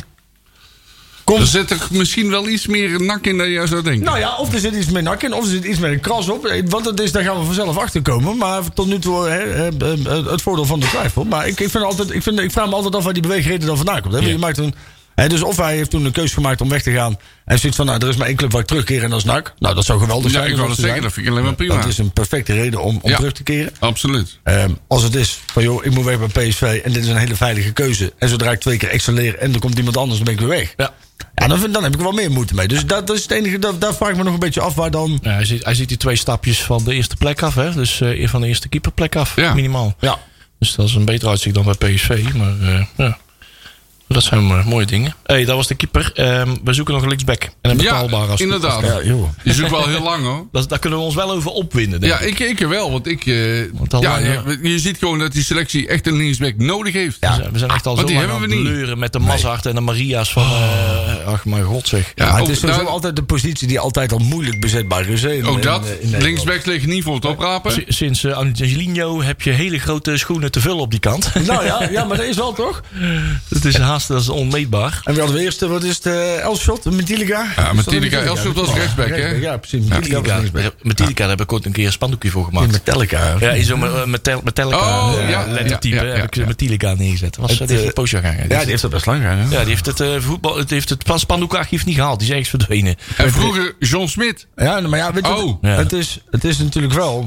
komt. Er zit er misschien wel iets meer nak in dan jij zou denken. Nou ja, of er zit iets met nak in, of er zit iets met een kras op. Eh, Wat het is, daar gaan we vanzelf achter komen. Maar tot nu toe hè, hè, hè, het voordeel van de twijfel. Maar ik, ik, vind altijd, ik, vind, ik vraag me altijd af waar die beweegreden dan vandaan komt. Hè? Ja. Je maakt een, hè, dus of hij heeft toen een keuze gemaakt om weg te gaan. En zoiets van, nou, er is maar één club waar ik terugkeer en dat is N A C. Nou, dat zou geweldig ja, zijn. ik wou dat zou zeggen, zijn. dat vind ik alleen maar prima. Dat is een perfecte reden om, om Ja. terug te keren. Absoluut. Ehm, als het is van, joh, ik moet weg bij P S V en dit is een hele veilige keuze. En zodra ik twee keer excelleer en er komt iemand anders, dan ben ik weer weg. Ja. Ja, dan, vind, dan heb ik er wel meer moeite mee. Dus dat, dat is het enige, dat, daar vraag ik me nog een beetje af waar dan... Ja, hij, ziet, hij ziet die twee stapjes van de eerste plek af. Hè? Dus uh, van de eerste keeperplek af, Ja. minimaal. Ja. Dus dat is een beter uitzicht dan bij P S V. Maar uh, ja, dat zijn uh, mooie dingen. Hey, dat was de keeper. Um, we zoeken nog een linksback. En een betaalbaar Ja, als inderdaad. Ja, joh. Je zoekt wel heel lang hoor. Dat, daar kunnen we ons wel over opwinden. Denk Ja, ik. ik, ik wel. Want ik. eh, Want al ja, lang, je, je ziet gewoon dat die selectie echt een linksback nodig heeft. We zijn- we zijn echt al want zo die lang aan hebben het we niet. leuren met de Mazart en de Maria's van... Uh, ach, mijn god zeg. Ja, Maar ook, het is sowieso nou, altijd de positie die altijd al moeilijk bezetbaar is. Hè, in- ook in- dat. in Nederland. Linksbacks liggen niet voor het oprapen. S- Sinds uh, Angelino heb je hele grote schoenen te vullen op die kant. Nou ja, ja, maar dat is wel toch? Het is haast dat is onmeetbaar. En we hadden we eerst, eh, wat is het, uh, Elshot, Metiliga? Ja, Metallica. Elshot was rechtsback, hè? Ja, precies. Metiliga was linksback. Metallica, daar heb ik ooit een keer een spandoekje voor In gemaakt. Metallica. Ja, in zo'n uh, Metal- Metallica Oh, uh, ja, lettertype ja, ja, ja, heb ik ja. Metallica neergezet. Was, Het, die heeft eh, een poosje gegaan. Ja, die heeft dat best lang gedaan. hè? Ja, die heeft het, uh, voetbal, het, heeft het spandoekarchief niet gehaald. Die is ergens verdwenen. En vroeger John Smit. Ja, maar ja, weet je, Oh. wat? Ja. het, is, het is natuurlijk wel...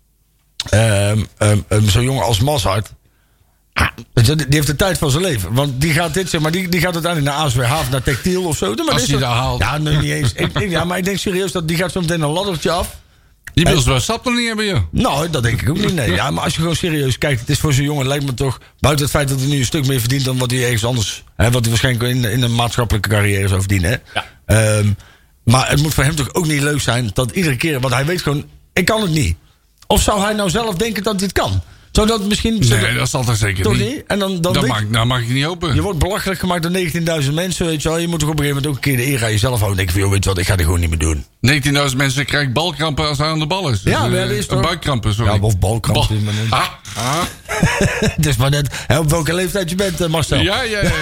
ehm, ehm, ehm, zo'n jongen als Mazart... ah, weet je, die heeft de tijd van zijn leven. Want die gaat dit, zeg maar, die, die gaat uiteindelijk naar A S W H of naar Textiel of zo. Maar Als dit is hij toch- daar haalt. Ja, nee, niet eens. ik, ik- ja, maar ik denk serieus dat die gaat zo meteen een laddertje af. Die wil ze wel stap nog niet hebben, joh. Nou, dat denk ik ook niet. Nee. Ja, maar als je gewoon serieus kijkt, het is voor zo'n jongen, lijkt me toch, buiten het feit dat hij nu een stuk meer verdient dan wat hij ergens anders, hè, wat hij waarschijnlijk in, in een maatschappelijke carrière zou verdienen. Hè. Ja. Ehm, maar het moet voor hem toch ook niet leuk zijn dat iedere keer, want hij weet gewoon, ik kan het niet. Of zou hij nou zelf denken dat hij het kan? Zou dat misschien... zou Nee, dat- dat zal toch zeker toch niet. niet? En dan, dan Dat denk- mag, nou mag ik niet hopen. je wordt belachelijk gemaakt door negentienduizend mensen, weet je wel. Je moet toch op een gegeven moment ook een keer de eer aan jezelf houden. Denk je van, joh, weet je wat, ik ga dit gewoon niet meer doen. negentienduizend mensen krijgen balkrampen als hij aan de bal is. Ja, Dus, maar eh, dat is toch- buikkrampen, sorry. Ja, of balkramp. Bal- Ah, ah. Het is maar net hè, op welke leeftijd je bent, eh, Marcel. Ja, ja, ja.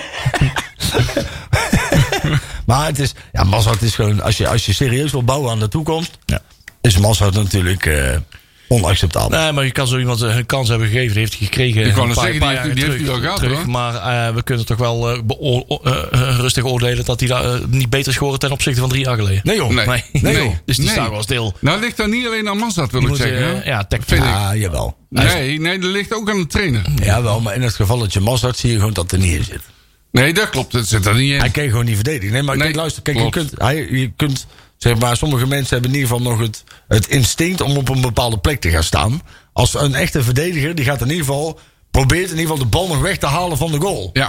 Maar het is, ja, Mazart is gewoon, als je, als je serieus wil bouwen aan de toekomst, Ja. is Mazart natuurlijk eh, onacceptabel. Nee, maar je kan zo iemand een kans hebben gegeven. Die heeft hij gekregen. Ik wou een net paar- zeggen, paar die heeft- jaren die heeft terug- hij al gehad, terug. hoor. Maar uh, we kunnen toch wel uh, beoor- uh, uh, rustig oordelen dat hij uh, niet beter is geworden ten opzichte van drie jaar geleden. Nee joh. Nee. Nee. Nee, joh. Dus die nee. staat wel stil. Nou ligt dat niet alleen aan Mazart, wil Die ik moet, zeggen. uh, hè? ja, tech- Vind ik. Ja, jawel. Nee, nee, dat ligt ook aan de trainer. Jawel, maar in het geval dat je Mazart zie je gewoon dat er niet in zit. Nee, dat klopt. Dat zit er niet in. Hij kan je gewoon niet verdedigen. Nee, maar Nee, kijk, luister, kijk, je klopt. kunt, hij, je kunt, zeg maar, sommige mensen hebben in ieder geval nog het, het instinct om op een bepaalde plek te gaan staan. Als een echte verdediger, die gaat in ieder geval, probeert in ieder geval de bal nog weg te halen van de goal. Ja.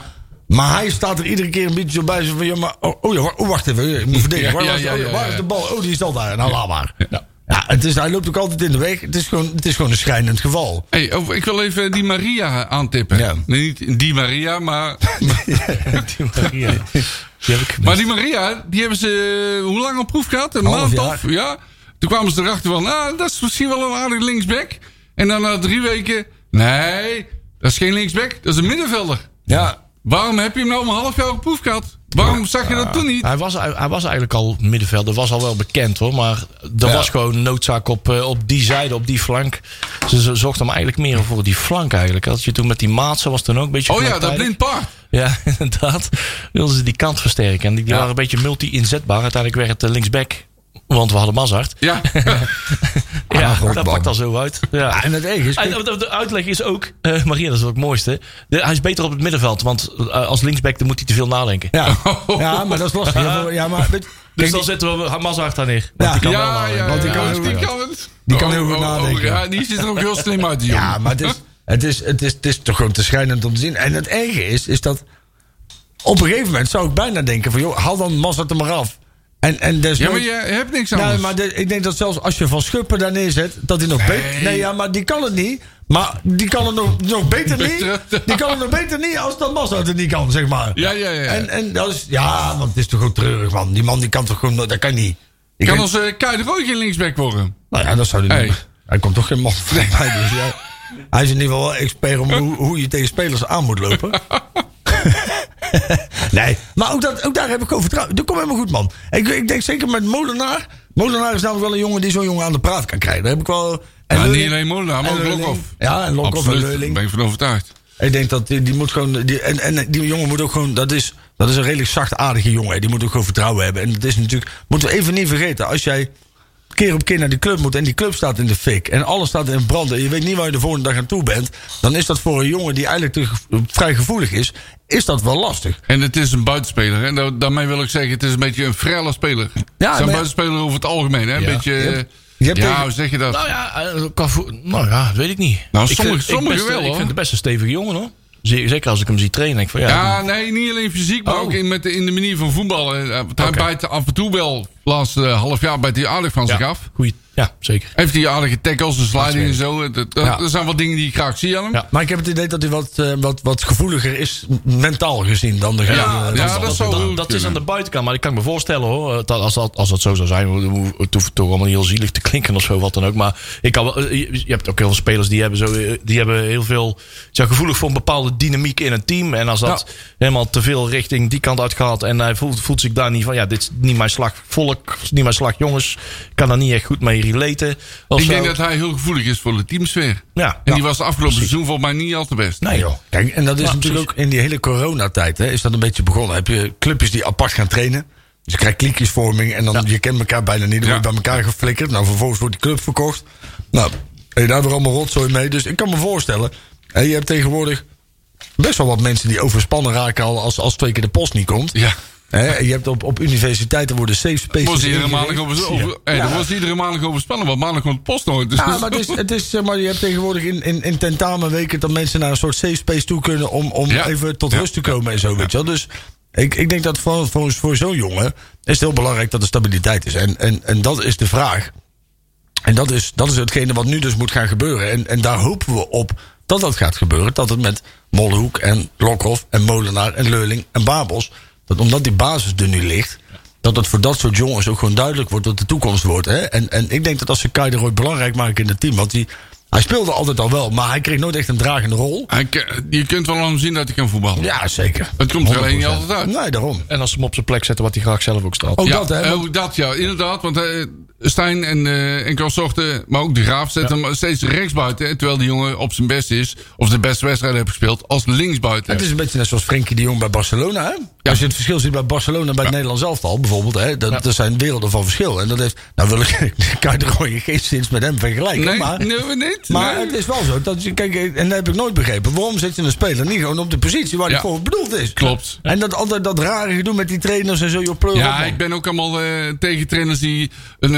Maar hij staat er iedere keer een beetje zo bij. Zo van, ja, maar, oh, oh ja, oh, wacht even. Ik moet verdedigen. Waar, Ja, was- ja, oh, ja, waar ja. is de bal? Oh, die is al daar. Nou, laat maar. Ja. Ja, het is, hij loopt ook altijd in de weg. Het is gewoon, het is gewoon een schrijnend geval. Hey, oh, ik wil even die Maria aantippen. Ja. Nee, niet die Maria, maar... Die Maria, die heb ik gemist. Maar die Maria, die hebben ze hoe lang op proef gehad? Een Half maand jaar. of? Ja. Toen kwamen ze erachter van, nou, dat is misschien wel een aardig linksback. En dan na drie weken, nee, dat is geen linksback, dat is een middenvelder. Ja, Waarom heb je hem nou een half jaar op proef gehad? Waarom zag je dat toen niet? Hij was, hij was eigenlijk al middenvelder, was al wel bekend hoor. Maar er Ja. was gewoon noodzaak op, eh, op die zijde, op die flank. Ze, ze zochten hem eigenlijk meer voor die flank eigenlijk. Als je toen met die Maatsen was toen ook een beetje... Oh ja, dat gelijktijdig. blind paard. Ja, inderdaad. Wilden ze die kant versterken. En die, die Ja. waren een beetje multi-inzetbaar. Uiteindelijk werd het eh, linksback. Want we hadden Mazart. Ja. Ja, goed, dat man. pakt al zo uit. Ja. Ja, en het erg is... En de, de uitleg is ook, eh Maria, dat is ook het mooiste. De, hij is beter op het middenveld, want eh, als linksback dan moet hij te veel nadenken. Ja, ja, maar dat is lastig. Ja, voor- ja, maar, weet- Dus kijk, dan zetten we Mazart daar neer. Want Ja. die kan wel Ja, nadenken. ja, Want die ja, kan ja, heel die goed- kan het. die kan heel goed Oh, oh, oh, nadenken. ja, die ziet er ook heel slim uit, die jongen. ja, maar het is, het, is, het, is, het is toch gewoon te schrijnend om te zien. En het erge is, is dat... Op een gegeven moment zou ik bijna denken van... joh, haal dan Mazart er maar af. En, en Ja, desnoods- maar je hebt niks anders. Nee, maar de- ik denk dat zelfs als je Van Schuppen daar neerzet... dat hij nog beter... Nee, ja, maar die kan het niet. Maar die kan het nog, nog beter niet. Beter. Die kan het nog beter niet als dat Mazart het niet kan, zeg maar. Ja, ja, ja. En, en dat is... Ja, want het is toch ook treurig, man. Die man die kan toch gewoon... Dat kan niet. Ik kan denk- onze Kai de Roy geen linksback worden? Nou ja, dat zou hij Hey. niet. Hij komt toch geen man bij. Dus ja, hij is in ieder geval wel expert om hoe, hoe je tegen spelers aan moet lopen. Nee, maar ook, dat, ook daar heb ik gewoon vertrouwen. Dat komt helemaal goed, man. Ik, ik denk zeker met Molenaar. Molenaar is namelijk wel een jongen die zo'n jongen aan de praat kan krijgen. Daar heb ik wel... En Ja, Leuling- niet alleen Molenaar, maar en ook Leuling. Lokhoff. Ja, en Lokhoff en Absoluut, daar Leuling. ben ik van overtuigd. Ik denk dat die, die moet gewoon... Die, en, en die jongen moet ook gewoon... Dat is, dat is een redelijk zachtaardige jongen. Die moet ook gewoon vertrouwen hebben. En dat is natuurlijk... Moeten we even niet vergeten. Als jij keer op keer naar die club moet... en die club staat in de fik... en alles staat in brand... en je weet niet waar je de volgende dag aan toe bent... dan is dat voor een jongen die eigenlijk te ge- vrij gevoelig is... is dat wel lastig. En het is een buitenspeler. En da- daarmee wil ik zeggen, het is een beetje een frelle speler. Ja, maar Zijn ja- buitenspeler over het algemeen. Hè? Een Ja. beetje... Je eh, hebt- je hebt ja, tegen- hoe zeg je dat? Nou ja, eh, qua vo- nou ja, weet ik niet. Nou, ik sommige- vind, ik sommige best- wel, Ik hoor. vind het best een stevige jongen hoor. Ze- Zeker als ik hem zie trainen. Denk ik van, ja, Ja, nee, niet alleen fysiek, maar Oh. ook in, met de, in de manier van voetballen. Uh, Hij Oké. bijt af en toe wel, laatste uh, half jaar bijt hij aardig van zich ja, af. goeie, ja, zeker. Heeft hij aardige tackles en sliding en zo. Dat, dat, Ja. dat zijn wat dingen die ik graag zie aan hem. Ja. Maar ik heb het idee dat hij wat, eh, wat, wat gevoeliger is... mentaal gezien dan de Ja, gemiddelde- ja, dan- dat zou dat, goed dat is kunnen. aan de buitenkant, maar ik kan me voorstellen hoor. Dat als, dat, als dat zo zou zijn, hoe- het hoeft toch allemaal niet heel zielig te klinken of zo, wat dan ook. Maar ik kan wel, je, je hebt ook heel veel spelers die hebben, zo, die hebben heel veel, zijn gevoelig voor een bepaalde dynamiek in een team. En als dat helemaal te veel richting die kant uitgaat en hij voelt, voelt zich daar niet van, ja, dit is niet mijn slag volk, is niet mijn slag jongens, ik kan daar niet echt goed mee relaten. Of Ik zo. denk dat hij heel gevoelig is voor de teamsfeer. Ja, En ja. die was de afgelopen seizoen volgens mij niet al te best. Nee joh. Kijk, en dat is Ja, natuurlijk precies. ook in die hele coronatijd, hè, is dat een beetje begonnen. Heb je clubjes die apart gaan trainen. Dus je krijgt kliekjesvorming en dan Ja. je kent elkaar bijna niet. Dan Ja. word je bij elkaar geflikkerd. Nou, vervolgens wordt die club verkocht. Nou, en je daar weer allemaal rotzooi mee. Dus ik kan me voorstellen, hè, je hebt tegenwoordig best wel wat mensen die overspannen raken al als, als twee keer de post niet komt. Ja. Hè, je hebt op, op universiteiten worden safe spaces Was iedere ingericht. maandag over, over, hey, Ja. er was iedere maandag over spannen, want maandag komt de post nooit. Dus Ja, maar, het is, het is, zeg maar je hebt tegenwoordig in, in, in tentamenweken dat mensen naar een soort safe space toe kunnen om, om Ja. even tot Ja. rust te komen en zo, weet je wel. Dus ik, ik denk dat voor, voor, voor zo'n jongen is het heel belangrijk dat er stabiliteit is. En, en, en dat is de vraag. En dat is, dat is hetgene wat nu dus moet gaan gebeuren. En, en daar hopen we op dat dat gaat gebeuren. Dat het met Mollehoek en Lokhoff en Molenaar en Leuling en Babels, dat omdat die basis er nu ligt, dat het voor dat soort jongens ook gewoon duidelijk wordt wat de toekomst wordt. Hè? En, en ik denk dat als ze Kai de Roy belangrijk maken in het team, want die, hij speelde altijd al wel, maar hij kreeg nooit echt een dragende rol. Hij ke- je kunt wel aan hem zien dat hij kan voetballen. Ja, zeker. Het komt er alleen niet honderd procent. altijd uit. Nee, daarom. En als ze hem op zijn plek zetten wat hij graag zelf ook staat. Ook ja, dat, hè? eh, want- ook dat, ja, inderdaad. Want eh, Stijn en, eh en Consorten, maar ook de Graaf zetten hem steeds rechtsbuiten. Hè, terwijl die jongen op zijn best is, of de beste wedstrijd heeft gespeeld, als linksbuiten. Het is een beetje net zoals Frenkie de Jong bij Barcelona. Hè? Als je het verschil ziet bij Barcelona en bij het Nederlands elftal bijvoorbeeld. Hè? Dat, dat zijn werelden van verschil. En dat heeft, nou wil ik, kan je er gewoon geen sinds met hem vergelijken. nee, maar nee, niet. maar nee. het is wel zo. Dat je, kijk, en dat heb ik nooit begrepen. Waarom zet je een speler niet gewoon op de positie waar hij Ja. voor bedoeld is? Klopt. En dat altijd dat rare gedoe met die trainers en zo. Je pleur op, Ja, man. ik ben ook allemaal eh, tegen trainers die een, eh,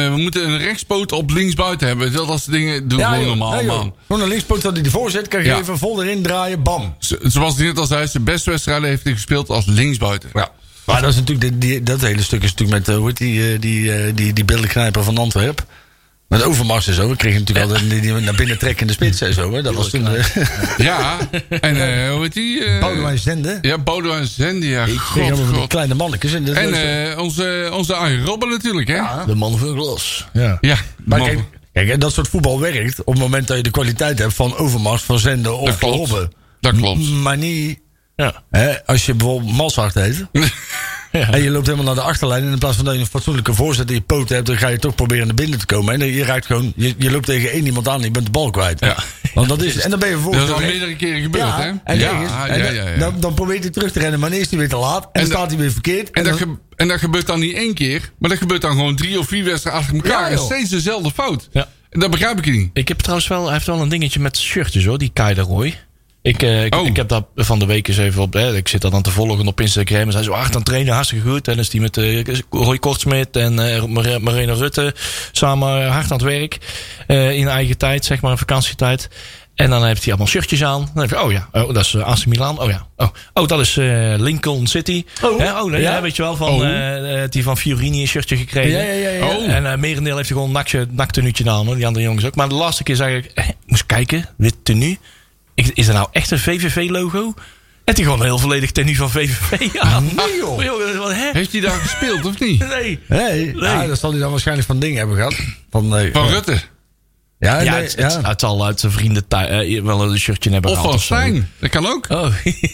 we moeten een rechtspoot op linksbuiten hebben. Dat soort dingen doen we gewoon joh. normaal, Ja, joh. man. Gewoon een linkspoot dat hij ervoor zet, kan Ja. geven, vol erin draaien, bam. Z- Zoals hij net al zei, zijn beste wedstrijden heeft hij gespeeld als linksbuiten. Ja. Maar dat is natuurlijk, die, die, dat hele stuk is natuurlijk met, uh, hoe heet die, uh, die, uh, die, die beeldenknijper van Antwerpen. Met Overmars en zo. We kregen natuurlijk altijd die, die naar binnen trekkende spits en zo. Hè. Dat was toen... Uh, Ja, en uh, hoe heet die? Uh, Boudewijn Zende. Ja, Boudewijn Zende, ja. Ik God, kreeg allemaal van die God. kleine mannetjes. En, dat was- En uh, onze, onze Arjen Robben natuurlijk, hè? Ja, De man van glas. ja. man. Maar kijk, kijk, en dat soort voetbal werkt op het moment dat je de kwaliteit hebt van Overmars, van Zende of Dat van klopt. Robben. Dat klopt. M- Maar niet Ja. hè, als je bijvoorbeeld Malshart heet. Ja. En je loopt helemaal naar de achterlijn. En in plaats van dat je een fatsoenlijke voorzet in je poten hebt, dan ga je toch proberen naar binnen te komen. En dan- je raakt gewoon, je, je loopt tegen één iemand aan en je bent de bal kwijt. Ja. Want dat is, en dan ben je Dat vervolgens. is al door- meerdere keren gebeurd, ja, hè? En, ja, ding is, ja, en ja, dan- ja, ja. Dan, dan probeert hij terug te rennen, maar dan is hij weer te laat. En, En dan da- staat hij weer verkeerd. En En dat, dan, ge- en dat gebeurt dan niet één keer, maar dat gebeurt dan gewoon drie of vier wedstrijden achter elkaar. Ja, en joh. steeds dezelfde fout. Ja. En dat begrijp ik niet. Ik heb trouwens wel, hij heeft wel een dingetje met shirtjes hoor, die Kai de Roy. Ik, eh, ik, Oh. ik heb dat van de week eens even op. Eh, ik zit dat dan te volgen op Instagram. En hij is zo hard aan het trainen, hartstikke goed. En is die met eh, Roy Kortsmit en eh Mare- Marina Rutte samen hard aan het werk. Eh, in eigen tijd, zeg maar, in vakantietijd. En dan heeft hij allemaal shirtjes aan. Dan heb je, oh ja, oh, dat is uh, A C Milan. Oh ja, oh, oh dat is uh, Lincoln City. Oh. Hè, oh nee, Ja. ja, weet je wel, van Oh. uh, die van Fiorini een shirtje gekregen. ja, ja, ja, ja. Oh. En uh, merendeel heeft hij gewoon een nakje, naktenuutje aan, hoor. Die andere jongens ook. Maar de laatste keer zei ik, eh, ik moest kijken, wit tenue. Ik, is er nou echt een V V V-logo? En die gewoon een heel volledig tenue van V V V aan. Nee, joh. Maar joh, wat, hè? Heeft hij daar gespeeld of niet? Nee. Nee, Ja, dat zal hij dan waarschijnlijk van dingen hebben gehad. Van, eh, Van Rutte. Ja, Ja, nee, het, ja. het, het zal uit zijn vrienden thui- eh, wel een shirtje hebben Of gehad. van of zo. Stijn. Dat kan ook. Oh,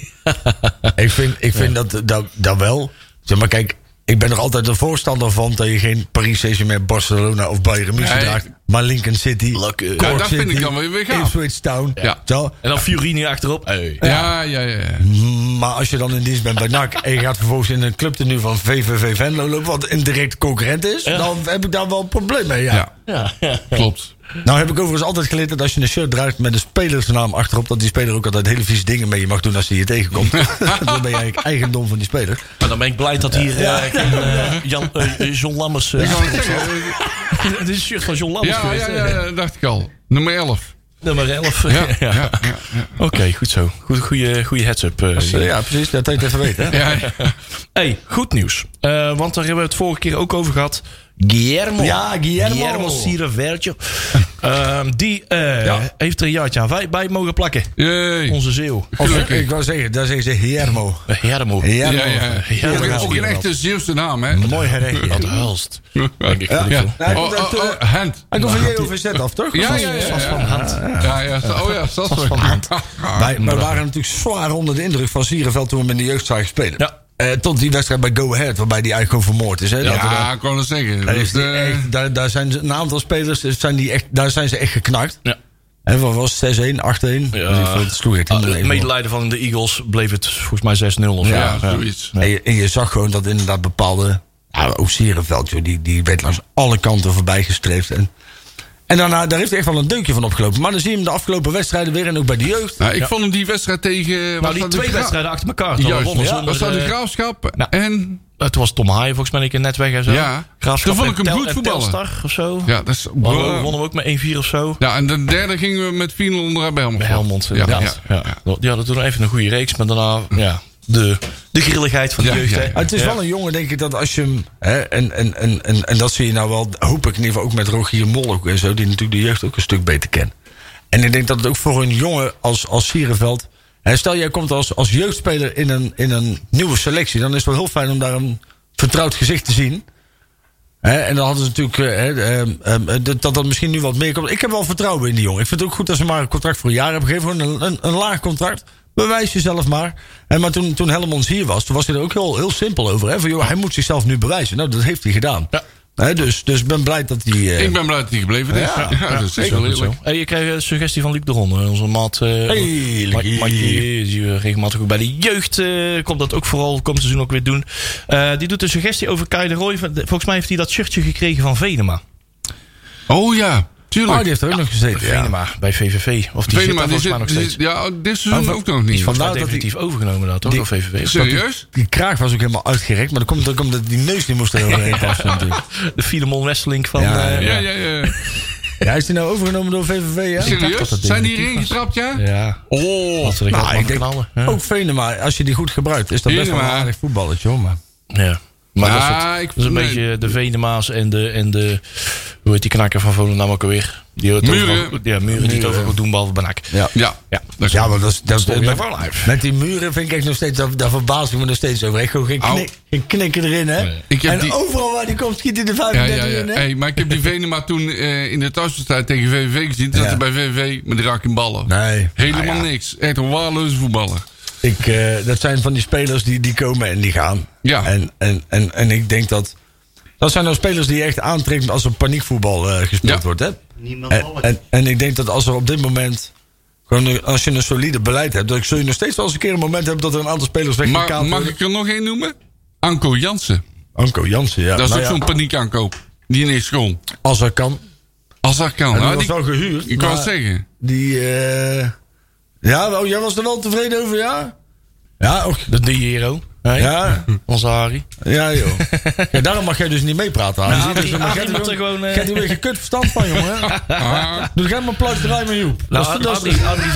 Ik vind, ik vind dat, dat, dat wel. Zeg maar, kijk, ik ben er altijd een voorstander van dat je geen Paris Saint-Germain, Barcelona of Bayern München Nee. draagt, maar Lincoln City, Lekker. Cork Ja, dat vind City, ik dan weer weer gaaf. Ipswich Town. Ja. Zo. en dan Fiorini achterop. Hey. Ja, ja, ja. ja. Maar als je dan in dienst bent bij N A C en je gaat vervolgens in een clubtenue van V V V Venlo lopen, wat een direct concurrent is, dan heb ik daar wel een probleem mee. Ja. Ja, Ja, ja. klopt. Nou heb ik overigens altijd geleerd dat als je een shirt draagt met een spelersnaam achterop, dat die speler ook altijd hele vieze dingen mee mag doen als hij je tegenkomt. Dan ben je eigenlijk eigendom van die speler. Maar dan ben ik blij dat hier eh, geen, eh, Jan, eh, John Lammers... eh, Ik wou het zeggen. Het is een shirt van John Lammers Ja, geweest. ja, hè? ja, dat dacht ik al. Nummer elf. Nummer elf. Ja, ja, ja. ja. Oké, goed zo. Goed, goede, goede heads-up. eh, Dus, uh, ja, precies. Dat had je het even weten. Hè? ja, ja. Hey, goed nieuws. Uh, want daar hebben we het vorige keer ook over gehad. Guillermo. Ja, Guillermo. Guillermo Cirevergio. Uh, die uh, Ja. heeft er een jaartje aan bij, bij mogen plakken. Jee. Onze zeeuw. Of, Gelukkig. ik wou zeggen, daar zeggen ze Guillermo. Guillermo. Guillermo. Ja, ja. Ja, ook, dat een- is ook een hier echte Zeeuwse naam, hè? Mooi gerecht. Wat hulst. Denk ik. Ja. Ja. Nou, hij Oh, komt uit, oh, uh, oh, hand. Hij komt van J O V Z af, toch? Ja, Of ja, was- ja. Vast van de hand. Ja, ja. Oh ja, dat is van hand. Wij, wij waren natuurlijk zwaar onder de indruk van Sierenveld toen we hem in de jeugd zagen spelen. Ja. Eh, tot die wedstrijd bij Go Ahead, waarbij die eigenlijk gewoon vermoord is. Hè? Laten we Ja, daar- ik kon het zeggen. daar, is Dus, die eh, echt, daar, daar zijn ze- een aantal spelers, zijn die echt, daar zijn ze echt geknakt. Ja. En wat was het? zes-een, acht-een? Ja. Dus ik vond het sloeg echt in Ah, mijn het leven. medelijden van de Eagles bleef het volgens mij zes nul of zo. ja, zoiets. En je, en je zag gewoon dat inderdaad bepaalde... Ja, ook Sierenveld, joh, die, die werd langs alle kanten voorbij gestreefd. En, en daarna, daar heeft hij echt wel een deukje van opgelopen. Maar dan zie je hem de afgelopen wedstrijden weer en ook bij de jeugd. Nou, ik vond hem die wedstrijd tegen... Nou, was die dat de twee Gra- wedstrijden achter elkaar. terwijl we Juist, wonnen ja, zonder, was dat de eh, Graafschap Ja. en... Het was Tom Haaien volgens mij een keer net weg en zo. Ja. Graafschap Toen vond ik en hem Tel- goed en voetballen. Telstar of zo. Ja, dat is... Wonnen, wonnen we ook met één vier of zo. Ja, en de derde gingen we met vier nul onderuit bij Helmond. Bij Helmond Ja, inderdaad. ja, Ja, ja. Die hadden toen even een goede reeks. Maar daarna ja, de, de grilligheid van de Ja, jeugd. ja, hè. ja. Maar het is Ja. wel een jongen, denk ik, dat als je hem... Hè, en, en, en, en, en dat zie je nou wel, hoop ik in ieder geval ook met Rogier Mol ook en zo... die natuurlijk de jeugd ook een stuk beter kent. En ik denk dat het ook voor een jongen als, als Sierenveld... Hè, stel, jij komt als, als jeugdspeler in een, in een nieuwe selectie... dan is het wel heel fijn om daar een vertrouwd gezicht te zien... Hè, en dan hadden ze natuurlijk eh, hè, eh, eh, dat dat er misschien nu wat meer komt. Ik heb wel vertrouwen in die jongen. Ik vind het ook goed dat ze maar een contract voor een jaar hebben gegeven. Gewoon een, een, een laag contract. Bewijs jezelf maar. En maar toen, toen Hellemons hier was, toen was hij er ook heel, heel simpel over. Hè? Van, joh, hij moet zichzelf nu bewijzen. Nou, dat heeft hij gedaan. Ja. Hè, dus, dus ik ben blij dat hij... eh, Ik ben blij dat hij gebleven is. Ja, Ja, dat is Zeker wel goed zo. eerlijk. Hey, je kreeg een suggestie van Luc de Ron. eh, Onze maat. Uh, Hey, Lucie. die we regelmatig ook bij de jeugd. eh, komt dat ook vooral komend seizoen ook weer doen. Eh, die doet een suggestie over Kai de Roy. Volgens mij heeft hij dat shirtje gekregen van Venema. Oh ja, Tuurlijk. Oh, die heeft er ook nog gezeten. Ja. Venema bij V V V. Of die Venema, zit die daar volgens mij nog zit- steeds. die- Ja, dit seizoen Oh, ook nog niet. Die is volgens mij Vandaar dat definitief overgenomen dat, toch? die- Door V V V. Serieus? Die kraag was ook helemaal uitgerekt. Maar dan komt, dan komt dat die neus die moest er overheen passen natuurlijk. De Filemon Wesseling van... Ja, eh, Ja, ja, ja. Ja, is die nou overgenomen door V V V? Ja? Serieus? dat Zijn die definitief erin was. getrapt, ja? ja. Oh. Als ze er Nou, geld ik mag denk knallen. Ja. ook Venema, als je die goed gebruikt, is dat best wel een Venema. aardig voetballetje hoor. Maar. Ja. Maar dat is, Ja, het, ik- dat is een nee. beetje de Venema's en de, en de... Hoe heet die knakker van Volendam ook alweer? Die het Muren. overal- ja, muren die het overal goed doen, behalve Banak. Ja. Ja. Ja. Dat is Ja, maar dat is, dat is Stond met, weer van live. met die muren vind ik echt nog steeds, daar, daar verbaas ik me nog steeds over. Echt gewoon geen, Au. knik, geen knikken erin, hè? Nee. Ik heb En die- overal waar die komt, schiet hij de Ja, ja, vijfendertig ja. in, hè? Hey, maar ik heb die Venema toen eh, in de thuiswedstrijd tegen V V V gezien. Toen Ja. zat hij bij V V V met raak in ballen. Nee. Helemaal Nou ja, niks. Echt een waardeloze voetballer. Ik, eh, dat zijn van die spelers die, die komen en die gaan. Ja. En, en, en, en ik denk dat... Dat zijn nou spelers die je echt aantrekt als er paniekvoetbal eh, gespeeld Ja. wordt, hè? Niemand En, volgt. en, en ik denk dat als er op dit moment... Gewoon, een- als je een solide beleid hebt... dan zul je nog steeds wel eens een keer een moment hebben... dat er een aantal spelers Maar weggekaald mag worden. ik er nog één noemen? Anko Jansen. Anko Jansen, ja. Dat is Nou ook ja, zo'n paniekaankoop. Die ineens gewoon. Als dat kan. Als dat kan. En die Nou, was die, wel gehuurd. ik kan maar het zeggen. Die, eh ja, wel, jij was er wel tevreden over, ja? Ja, ook. De Diero. Hey. Ja, Onze Harry. ja, joh. Ja, daarom mag jij dus niet meepraten. Harry. Nou, Zie je, dus, Harry- maar Harry jij moet er gewoon, eh, Jij hebt er weer gekut verstand van, jongen. Ah, Doe jij maar plak draaien met Joep. Nou, Dat is- dat is- Adrie, Adrie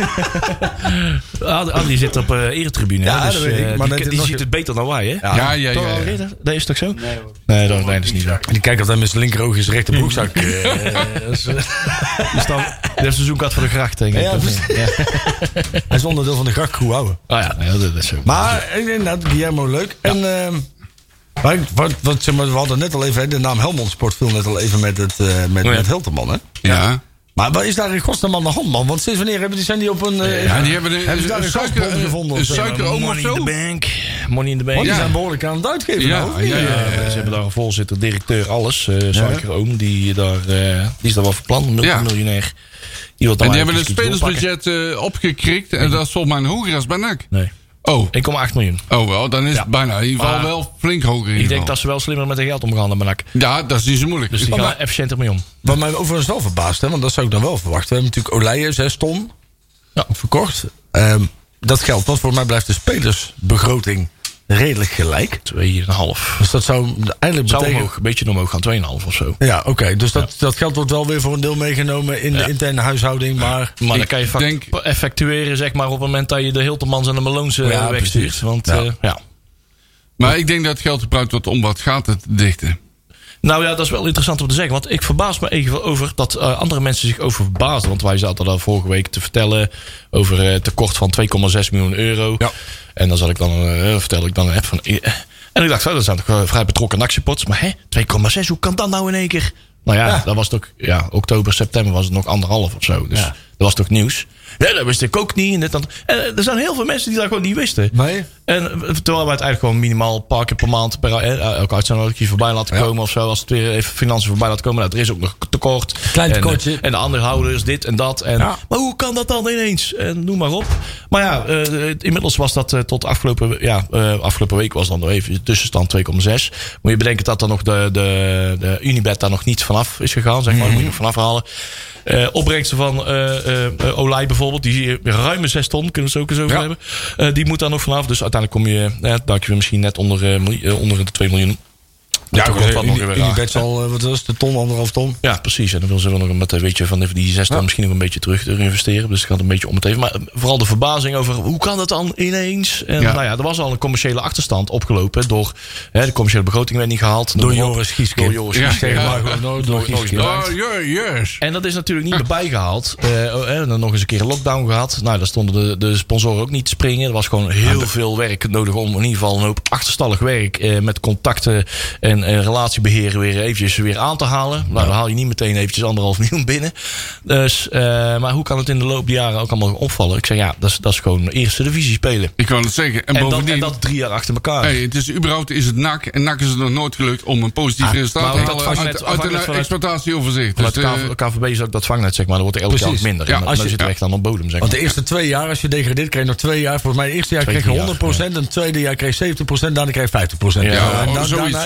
zit, Adrie, Adrie zit op uh, eretribune. Ja, hè, dat weet ik, eh, maar die net die nog- ziet het beter dan wij, hè? Ja. ja, ja, Toch, ja. Adrie? ja. Dat- Dat is toch zo? Nee, hoor. Nee, dat, nee, dat is niet zo. Die kijkt altijd met zijn linkeroog in zijn rechterbroekzak. eh, dat is, eh, Die staan, die heeft seizoenkaart voor de gracht, denk ik. Ja, of niet? Ja. Hij is onderdeel van de grachtcrew, ouwe. Oh ja, nee, dat is zo. Maar ik denk dat Guillermo leuk. En ehm, maar ik- wat, wat, zeg maar, we hadden net al even, hè, de naam Helmond Sport viel net al even met, het, eh, met, Oh ja. met Hilterman, hè? Ja. Maar wat is daar in godsnaam aan de hand, man? Want sinds wanneer hebben die, zijn die op een... eh, Ja, die hebben een, hebben ze daar een een suiker, gasbron gevonden? een of zo? suikeroom of Money in the zo. bank. Money in the bank. Want die Ja. zijn behoorlijk aan het uitgeven. Ja, nou, of niet? ja, ja, Ja, ze hebben daar een voorzitter, directeur, alles. Uh, Suikeroom, die, daar, eh, die is daar wel verpland. Een Ja. multimiljonair. Die wil En dan die hebben een eigenlijk iets spelersbudget eh, opgekrikt. En dat is volgens mij hoger als bij N A C. doorpakken. Nee, Oh, één komma acht miljoen. oh wel, dan is Ja. het bijna in ieder geval Maar wel flink hoger. In Ik ieder denk geval. dat ze wel slimmer met hun geld omgaan dan Banak. Ja, dat is niet zo moeilijk. Dus die Oh, gaan maar- er efficiënter mee om. Wat mij overigens wel verbaast, hè, want dat zou ik dan wel verwachten. We hebben natuurlijk Olije, zes ton Ja. verkocht. Ehm, dat geldt, want voor mij blijft de spelersbegroting redelijk gelijk. twee komma vijf. Dus dat zou eigenlijk Zou betekenen... omhoog, een beetje omhoog gaan, twee komma vijf of zo. Ja, oké. Dus dat, dat geld wordt wel weer voor een deel meegenomen in Ja. de interne huishouding. Maar Maar dan Ik kan je vaak denk- effectueren zeg maar, op het moment dat je de Hiltermans en de Meloons eh, Ja, wegstuurt. precies. Want, Ja. eh, ja. Maar ik denk dat het geld gebruikt wordt om wat gaten te dichten. Nou ja, dat is wel interessant om te zeggen. Want ik verbaas me even over dat eh, andere mensen zich over verbazen. Want wij zaten daar vorige week te vertellen over eh, tekort van twee komma zes miljoen euro. Ja. En dan zat ik dan, eh, vertelde ik dan een app van... eh, en ik dacht, oh, dat zijn toch eh, vrij betrokken N A C-supporters. Maar hè, twee komma zes, hoe kan dat nou in één keer? Nou ja, Ja. dat was toch... Ja, oktober, september was het nog anderhalf of zo. Dus Ja. dat was toch nieuws? Ja, dat wist ik ook niet. En, dit, dat. En eh, er zijn heel veel mensen die dat gewoon niet wisten. nee. En eh, terwijl we het eigenlijk gewoon minimaal een paar keer per maand per eh, elke uitzending voorbij laten Ja. komen of zo. Als het weer even financiën voorbij laten komen. Nou, er is ook nog tekort. Klein En, tekortje. eh, En, de aandeelhouders dit en dat. En, Ja. Maar hoe kan dat dan ineens? En noem maar op. Maar ja, eh, inmiddels was dat eh, tot afgelopen, ja, eh, afgelopen week was dan nog even de tussenstand twee komma zes. Moet je bedenken dat dan nog de, de, de Unibet daar nog niet vanaf is gegaan. Zeg maar. Daar moet je nog vanaf halen. Uh, opbrengsten van uh, uh, Olij bijvoorbeeld, die ruime zes ton, kunnen we het ook eens over Ja. hebben. Uh, die moet daar nog vanaf. Dus uiteindelijk kom je, uh, dank je misschien net onder, uh, miljoen, uh, onder de twee miljoen. Ja, toch wordt dat nog weer raar. Unibet zal, eh, wat was het, de ton, anderhalf ton? Ja, precies. En dan willen ze wel nog met een beetje van die zes ton Ja. misschien nog een beetje terug investeren. Dus het gaat een beetje om het even. Maar vooral de verbazing over hoe kan dat dan ineens? En Ja. nou ja, er was al een commerciële achterstand opgelopen door hè, de commerciële begroting werd niet gehaald. Door Noem maar op. Joris Gieske. Door Joris Ja, Gieske. ja. Maar gewoon door, door, door Gieske. Oh, ja, yes. En dat is natuurlijk niet meer bijgehaald. Uh, en dan nog eens een keer een lockdown gehad. Nou, daar stonden de, de sponsoren ook niet te springen. Er was gewoon heel veel werk nodig om in ieder geval een hoop achterstallig werk uh, met contacten en uh, relatiebeheer weer eventjes weer aan te halen. Nou, dan haal je niet meteen eventjes anderhalf miljoen binnen. Dus, uh, maar hoe kan het in de loop der jaren ook allemaal opvallen? Ik zeg ja, dat is, dat is gewoon eerste divisie spelen. Ik kan het zeggen. En, En, dat, bovendien... en dat drie jaar achter elkaar. Hey, het is überhaupt is het N A C. En N A C is het nog nooit gelukt om een positief Ah, resultaat maar te dat halen vangnet- uit, uit vangnet een vanuit- exploitatieoverzicht. Vanuit Dus, de eh, K V B is ook dat vangnet, zeg maar. Dat wordt er elk jaar Precies. minder. Ja, en dan, als dan je- zit er ja. echt aan op bodem, zeg Want maar. de eerste twee jaar, als je degradeert, krijg je nog twee jaar. Volgens mij, het eerste jaar Twee, kreeg je drie jaar, honderd procent. En het tweede jaar kreeg je zeventig procent. Daarna kreeg je vijftig procent. Ja, Ja, en oh, dan, zoiets, daarna ja. is het Niet gewoon...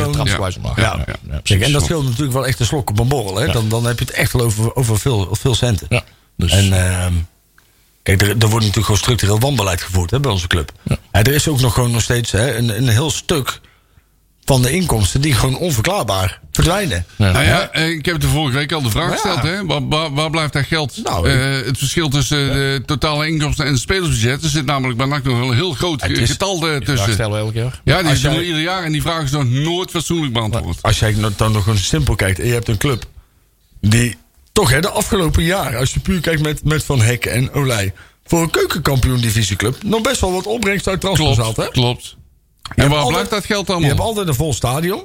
gewoon... trapsgewijs omlaag. Ja. Ja, ja, ja, Kijk, precies. en dat scheelt natuurlijk wel echt een slok op een borrel. Hè? Ja. Dan, dan heb je het echt wel over, over veel, veel centen. Ja, dus, En ehm, kijk, er, er wordt natuurlijk gewoon structureel wanbeleid gevoerd hè, bij onze club. Ja. Ja, er is ook nog gewoon nog steeds hè, een, een heel stuk van de inkomsten die gewoon onverklaarbaar verdwijnen. ja. Nou ja, eh, ik heb het de vorige week al de vraag Ja. gesteld. Hè? Waar, waar, waar blijft dat geld? Nou, Eh, het verschil tussen de totale inkomsten en het spelersbudget. Er zit namelijk bij N A C nog een heel groot Het is- getal Vraag tussen. stellen we elk jaar. Ja, die Als doen we jij- ieder jaar en die vraag is nog nooit fatsoenlijk beantwoord. Als jij nou dan nog gewoon simpel kijkt en je hebt een club die toch hè, de afgelopen jaren, als je puur kijkt met, met Van Hekken en Olij, voor een keukenkampioen divisieclub nog best wel wat opbrengst uit transfers Klopt, had. Hè? klopt. En hebt waar altijd- blijft dat geld Je allemaal? hebt altijd een vol stadion.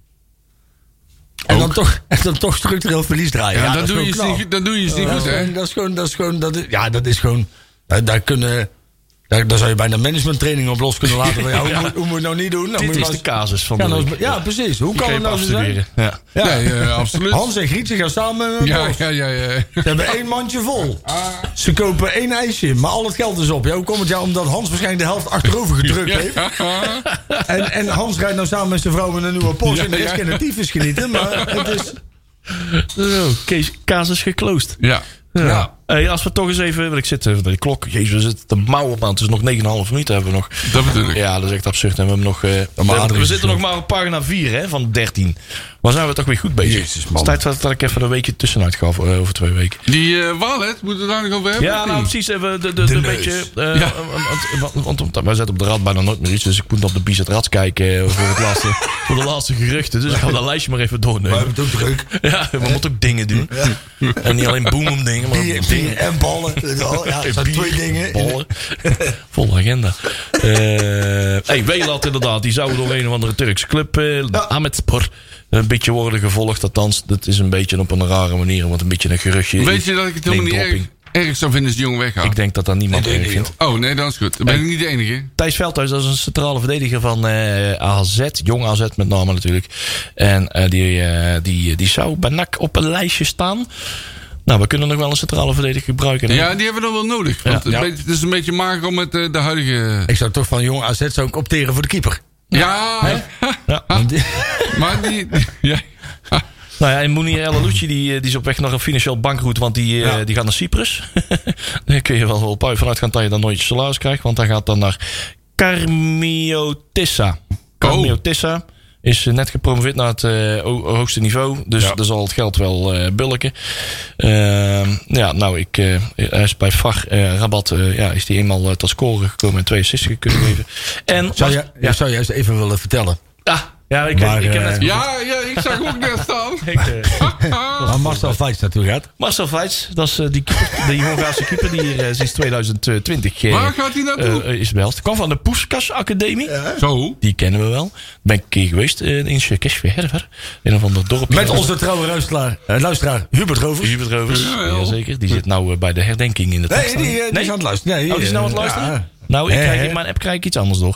En Ook. dan, toch, en dan toch structureel verlies draaien. Ja, Ja, dan, dat is doe je gewoon het knap. niet, dan doe je het niet Dat goed, is hè? gewoon- Dat is gewoon, dat is gewoon, dat is, ja, dat is gewoon, daar, daar kunnen, daar, daar zou je bijna managementtraining op los kunnen laten. Van, ja, hoe, moet, hoe moet je nou niet doen? Nou, moet Dit je is maar de eens- casus van ja, de nou, week. ja, precies. Hoe kan Kan het je nou zo zijn? afstuderen. Ja. Ja. Nee, eh, absoluut. Hans en Grietje gaan samen met Ja, Bos. ja, ja, ja. Ze hebben één mandje vol. Ze kopen één ijsje, maar al het geld is op. Ja, hoe komt het? Ja, omdat Hans waarschijnlijk de helft achterover gedrukt heeft. En, en Hans rijdt nou samen met zijn vrouw in een nieuwe Porsche. Ja, en de rest ja. kan het tyfus genieten. Maar het is... Zo, Kees, casus geclosed. Ja. Ja. Hey, als we toch eens even... Want ik zit even bij de klok. Jezus, we zitten te mouwen op aan. Het is nog negen komma vijf minuten hebben we nog. Dat bedoel ik. Ja, dat is echt absurd. En we hebben nog... eh, we, maar hebben- we Adrie zitten is nog maar op pagina vier hè, van dertien. Maar zijn we toch weer goed bezig. Jezus, man. Het is tijd dat, dat ik even een weekje tussenuit ga voor, eh, over twee weken. Die eh Wallet, moeten we daar nog over hebben? Ja, of nou niet? precies. Even de, de, de, De beetje... neus. eh, Ja. want, want, want, wij zetten op de rad bijna nooit meer iets. Dus ik moet op de Bizet Rad kijken eh, voor, het laatste, voor de laatste geruchten. Dus ik ga dat lijstje maar even We doornemen. hebben het ook druk. Ja, we moeten ook dingen doen. En niet alleen boom dingen, maar Bier, ook bier dingen. en ballen. Ja, het zijn Bier, twee dingen. Ballen. Volle agenda. Eh hey, Weelat inderdaad. Die zou door een of andere Turkse club, eh Ahmetspor, een beetje worden gevolgd. Althans, dat is een beetje op een rare manier. Want een beetje een geruchtje. Weet je dat ik het helemaal niet erg, Name-dropping. erg zou vinden als die jongen weggaat? Ik denk dat dat niemand Nee, nee, erg nee, vindt. Oh, nee, dat is goed. Dan ben ik niet de enige. Thijs Veldhuis, dat is een centrale verdediger van eh A Z. Jong A Z met name natuurlijk. En eh, die, eh, die, die zou bij N A C op een lijstje staan. Nou, we kunnen nog wel een centrale verdediger gebruiken. hè? Ja, die hebben we nog wel nodig. Want Ja. het, beetje- het is een beetje mager om met eh, de huidige... Ik zou toch van jong A Z zou ik opteren voor de keeper. Ja, Ja. Want die- maar die... Ja. Nou ja, en Mounir El Alouchi, die, eh, die is op weg naar een financieel bankroet, want die, eh, Ja. die gaat naar Cyprus. Daar kun je wel wel puin vanuit gaan dat je dan nooit je salaris krijgt, want hij gaat dan naar Carmiotissa. Carmiotissa is eh, net gepromoveerd naar het eh, ho- hoogste niveau, dus Ja. daar zal het geld wel eh bulken. Ehm, ja, nou, ik, eh, hij is bij F A R eh, Rabat, eh, ja, is die eenmaal eh, tot scoren gekomen en twee assists kunnen geven. En Zou was- je, ja. zou je eens even willen vertellen? ah, ja, ik, Maar, ik heb eh, net Ja, ja, ik zag ook net staan. ik, eh, Waar Marcel Feits naartoe gaat? Marcel Feits, dat is eh, die, keeper, die Hongaarse keeper die hier eh, sinds tweeduizend twintig eh, Waar gaat hij naartoe? eh, is behelst. Kwam van de Puskas Academie. Zo. Die kennen we wel. Ben ik een keer geweest eh, in Sjekersveherver. In een of ander dorpje. Met onze trouwe luisteraar, eh, luisteraar Hubert Rovers. Hubert Rovers. Ja, ja. Jazeker. Die zit nou eh, bij de herdenking in de Nee, tekst. die, eh, die is aan het luisteren. Nee, Oh, die is nou aan het eh, luisteren? ja. Nou, ik Hè, krijg hè? in mijn app krijg ik iets anders door.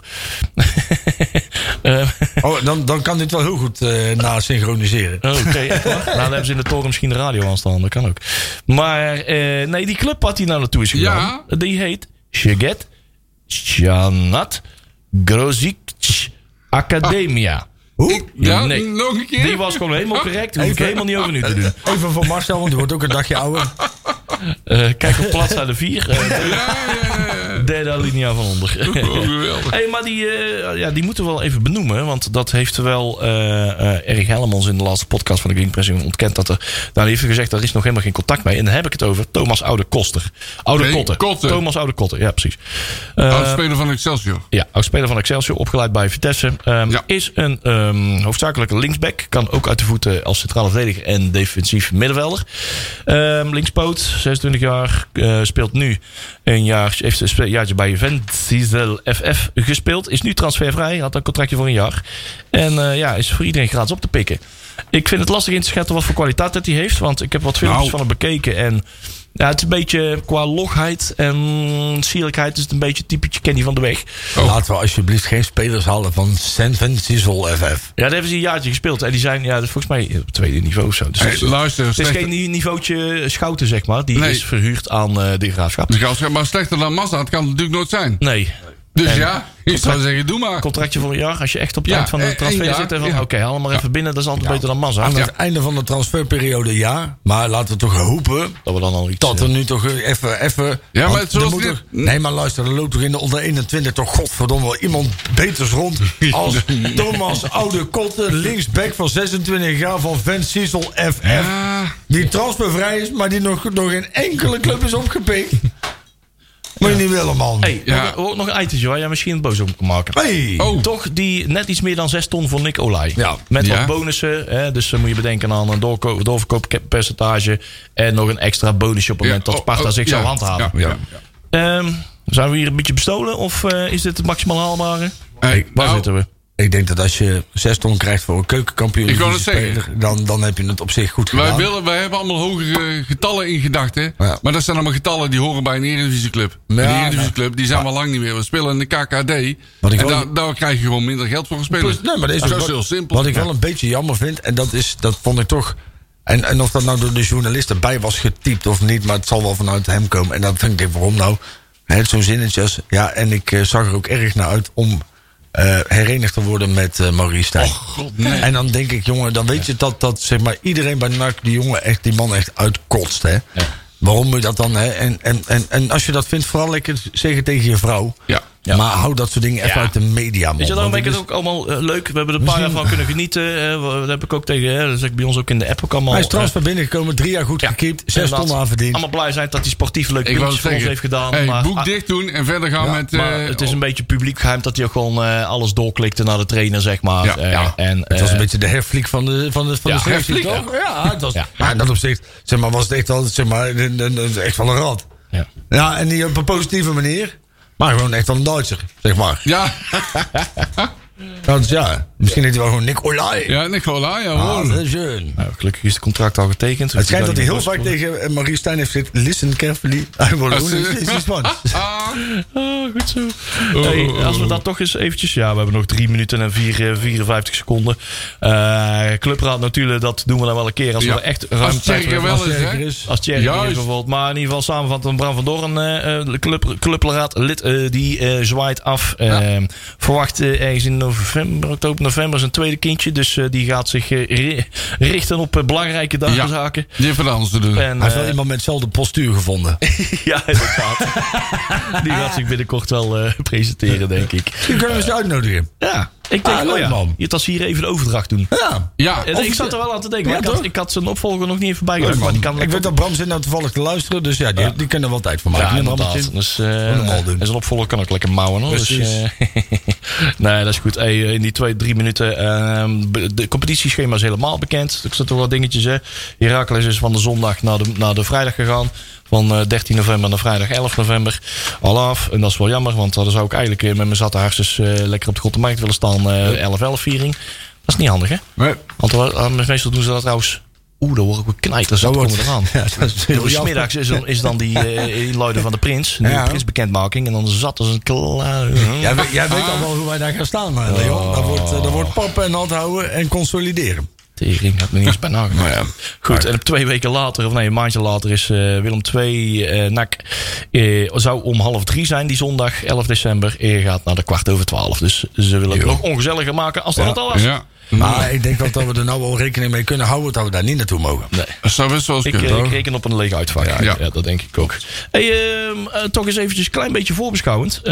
Eh, Oh, dan, dan kan dit wel heel goed eh na synchroniseren. Oh, Oké, echt waar? Nou, dan hebben ze in de toren misschien de radio aanstaan. Dat kan ook. Maar eh, nee, die club wat hij nou naartoe is gegaan, die heet Sjeget Sjanat Grozic Academia. Hoe? Ik, ja, Nee. nog een keer? Die was gewoon helemaal correct. Daar hoef ik Even- helemaal niet over nu te doen. Even voor Marcel, want die wordt ook een dagje ouder. Eh, kijk op bladzijde vier. eh, Ja, ja, ja. derde alinea van onder. Oh, geweldig. Hey, maar die, eh, ja, die moeten we wel even benoemen. Want dat heeft wel eh eh Erik Hellemans in de laatste podcast van de Green Pressing ontkend. Dat er, nou, die heeft gezegd, daar is nog helemaal geen contact mee. En dan heb ik het over Thomas Oude Koster. Oude Nee, Kotter. Kotter. Thomas Oude Kotter, ja precies. Eh, Oud-speler van Excelsior. ja, oud-speler van Excelsior, opgeleid bij Vitesse. Um, Ja. Is een um, hoofdzakelijke linksback. Kan ook uit de voeten als centrale verdediger en defensief middenvelder. Um, linkspoot, zesentwintig jaar. Uh, speelt nu een jaar, heeft een jaartje bij Ventzizel F F gespeeld. Is nu transfervrij. Had een contractje voor een jaar. En uh, ja, is voor iedereen gratis op te pikken. Ik vind het lastig in te schatten wat voor kwaliteit dat hij heeft. Want ik heb wat filmpjes Nou. van hem bekeken. En ja, het is een beetje qua logheid en sierlijkheid is het een beetje typetje Kenny van de Weg. Oh. Laten we alsjeblieft geen spelers halen van San Francisco F F. Ja, daar hebben ze een jaartje gespeeld. En die zijn, ja, dat is volgens mij op het tweede niveau of zo. Dus Hey, het is, luister, het is slechter, geen niveautje Schouten, zeg maar. Die Nee. is verhuurd aan uh, de Graafschap. maar slechter dan Mazda, het kan het natuurlijk nooit zijn. Nee. Dus En ja, ik zou zeggen, doe maar. Contractje voor een jaar. Als je echt op het Ja, eind van de één transfer jaar, zit. En van, ja. oké, haal hem maar even binnen. Dat is altijd beter dan massa. Aan Ja. het einde van de transferperiode ja. Maar laten we toch hopen Dat we dan al iets... dat er eh, nu toch even... even Ja, maar want het zoals er moet dit- toch- nee, maar luister, er loopt toch in de onder eenentwintig toch godverdomme wel iemand beters rond als Thomas Oude Kotten, linksback van zesentwintig jaar van Van Cecil F F. Ja. Die transfervrij is, maar die nog, nog geen enkele club is opgepikt. Moet je niet willen, man. Hey, Ja. nog, ook nog een itempje waar jij misschien boos op kan maken. Hey. Oh. Toch die net iets meer dan zes ton voor Nick Olij. Ja. Met Ja. wat bonussen. Hè, dus dan moet je bedenken aan een doorko- doorverkooppercentage. En nog een extra bonusje op het moment dat oh, Sparta oh, zich ja, zou handhaven. Ja, ja. Ehm, zijn we hier een beetje bestolen? Of eh, is dit het maximaal haalbare? Hey, Waar nou, zitten we? Ik denk dat als je zes ton krijgt voor een keukenkampioen, Ik wou het zeggen. dan, dan heb je het op zich goed gedaan. Wij, willen, wij hebben allemaal hoge eh, getallen in gedachten. Ja. Maar dat zijn allemaal getallen die horen bij een Eredivisieclub. Ja, En die ja. Eredivisieclub die zijn we al lang niet meer. We spelen in de K K D. Wat ik En wel- daar, daar krijg je gewoon minder geld voor een speler. Nee, maar dat is dat ook is wat, heel simpel. Wat ik wel een beetje jammer vind, en dat, is, dat vond ik toch... En, en of dat nou door de journalist erbij was getypt of niet, maar het zal wel vanuit hem komen. En dan denk ik, waarom nou? Hè, zo'n zinnetje als... Ja, en ik eh, zag er ook erg naar uit om eh, herenigd te worden met eh, Maurice Stijn. Oh, god, nee. En dan denk ik, jongen, dan weet je dat, dat zeg maar, iedereen bij N A C die jongen echt, die man echt uitkotst, hè. Waarom moet je dat dan, hè? En, en, en, en als je dat vindt, vooral lekker zeggen tegen je vrouw. Ja. Ja. Maar hou dat soort dingen even Ja. uit de media, man. Weet je, daarom Want vind ik het het ook allemaal eh, leuk. We hebben er een paar jaar van kunnen genieten. Eh, dat heb ik ook tegen, hè, dat zeg ik bij ons ook in de app ook allemaal. Hij is eh, transfer binnengekomen, drie jaar goed ja, gekiept, zes inderdaad. ton aan verdiend. Allemaal blij zijn dat hij sportief leuk Ik wou puntjes het voor ons zeggen. heeft gedaan. Hey, maar boek ah, dicht doen en verder gaan Ja, met... maar eh, het is een beetje publiek geheim dat hij ook gewoon eh, alles doorklikte naar de trainer, zeg maar. Ja, Eh, ja. En, Het was een eh, beetje de herfliek van de, van de, van Ja, de selectie, herfliek, toch? Ja, het was, Ja. ja. in dat opzicht, zeg maar, was het echt wel, zeg maar, een- een- een- echt wel een rat. ja. Ja, en niet op een positieve manier, maar gewoon echt wel een Duitser, zeg maar. Ja, Ja, dus ja, misschien heeft hij wel gewoon Nick Olij. ja, Nicola, ja, Ah, hoor. dat is schön. Nou, gelukkig is het contract al getekend. Het schijnt dat hij heel boos vaak worden. tegen eh, Maurice Stijn heeft gezegd: listen carefully, I will Als- only speak Spanish. Ah, Oh, goed zo. Oh, Hey, oh, oh, als we oh. dat toch eens eventjes... Ja, we hebben nog drie minuten en vier, eh, vierenvijftig seconden. Eh Clubraad natuurlijk, dat doen we dan wel een keer. Als Ja. we er echt Als ruim het tijd zeker hebben. wel Als, is, Sterker hè? is. als Thierry Juist. is bijvoorbeeld. Maar in ieder geval samenvattend, Bram van Dorn, eh, eh, de club, clubraad lid, eh, die eh, zwaait af. Eh, Verwacht eh, ergens in november, oktober, november zijn tweede kindje. Dus eh, die gaat zich eh, ri- richten op eh, belangrijke ja, zaken. die heeft wat anders te doen. En, Hij heeft wel eh, iemand met hetzelfde postuur gevonden. ja, inderdaad. Die gaat zich binnenkort wel eh, presenteren, denk ik. Die kunnen we eens uitnodigen. Ja, ik denk, Ah, oh leuk, ja, man. je tas hier even de overdracht doen. Ja. Ja, En of- ik zat er wel aan te denken, maar Ja, ik, had, toch? ik had zijn opvolger nog niet even bijgelegd. Leuk, Maar man. die kan Ik weet dat Bram zit nou toevallig te luisteren, dus ja, die, Ja. die kunnen er wel tijd voor maken. Ja, hè, inderdaad. Brammetje? Dus, eh, normaal doen. en zijn opvolger kan ook lekker mouwen. Hoor. Dus, Precies. eh, nee, dat is goed. Hey, in die twee, drie minuten. ehm, de competitieschema is helemaal bekend. Ik zat toch wel dingetjes. Hè. Heracles is van de zondag naar de, naar de vrijdag gegaan. Van eh, dertien november naar vrijdag elf november. Al af. En dat is wel jammer. Want dan zou ik eigenlijk eh, met mijn zatte hartjes eh, lekker op de Grote Markt willen staan. eh, elf elf viering. Dat is niet handig, hè? Nee. Want uh, meestal doen ze dat trouwens. Oeh, dan word ik weer knijter. Zo komen we eraan. Ja, dat is heel Dus jammer. middags is dan, is dan die, uh, die luiden van de prins. De Ja. prinsbekendmaking. En dan zat als een klaar. Jij, weet- jij weet al wel hoe wij daar gaan staan, maar, Leon. Dat wordt, eh, dat wordt pappen en nat houden en consolideren. Tering, had me niet eens bij nagedacht. Nou ja. Goed, en op twee weken later, of nee, een maandje later is uh, Willem twee. Uh, N A C uh, zou om half drie zijn die zondag, elf december. Eer gaat naar de kwart over twaalf. Dus ze willen het Jo. nog ongezelliger maken als dat het al was. Ja. Maar ik denk wel dat we er nou wel rekening mee kunnen houden dat we daar niet naartoe mogen. Nee. Dat zou best wel eens Ik, kunnen. eh, ik hoor. reken op een lege uitvak. Ja, Ja. ja, dat denk ik ook. Hey, ehm, uh, toch eens eventjes een klein beetje voorbeschouwend.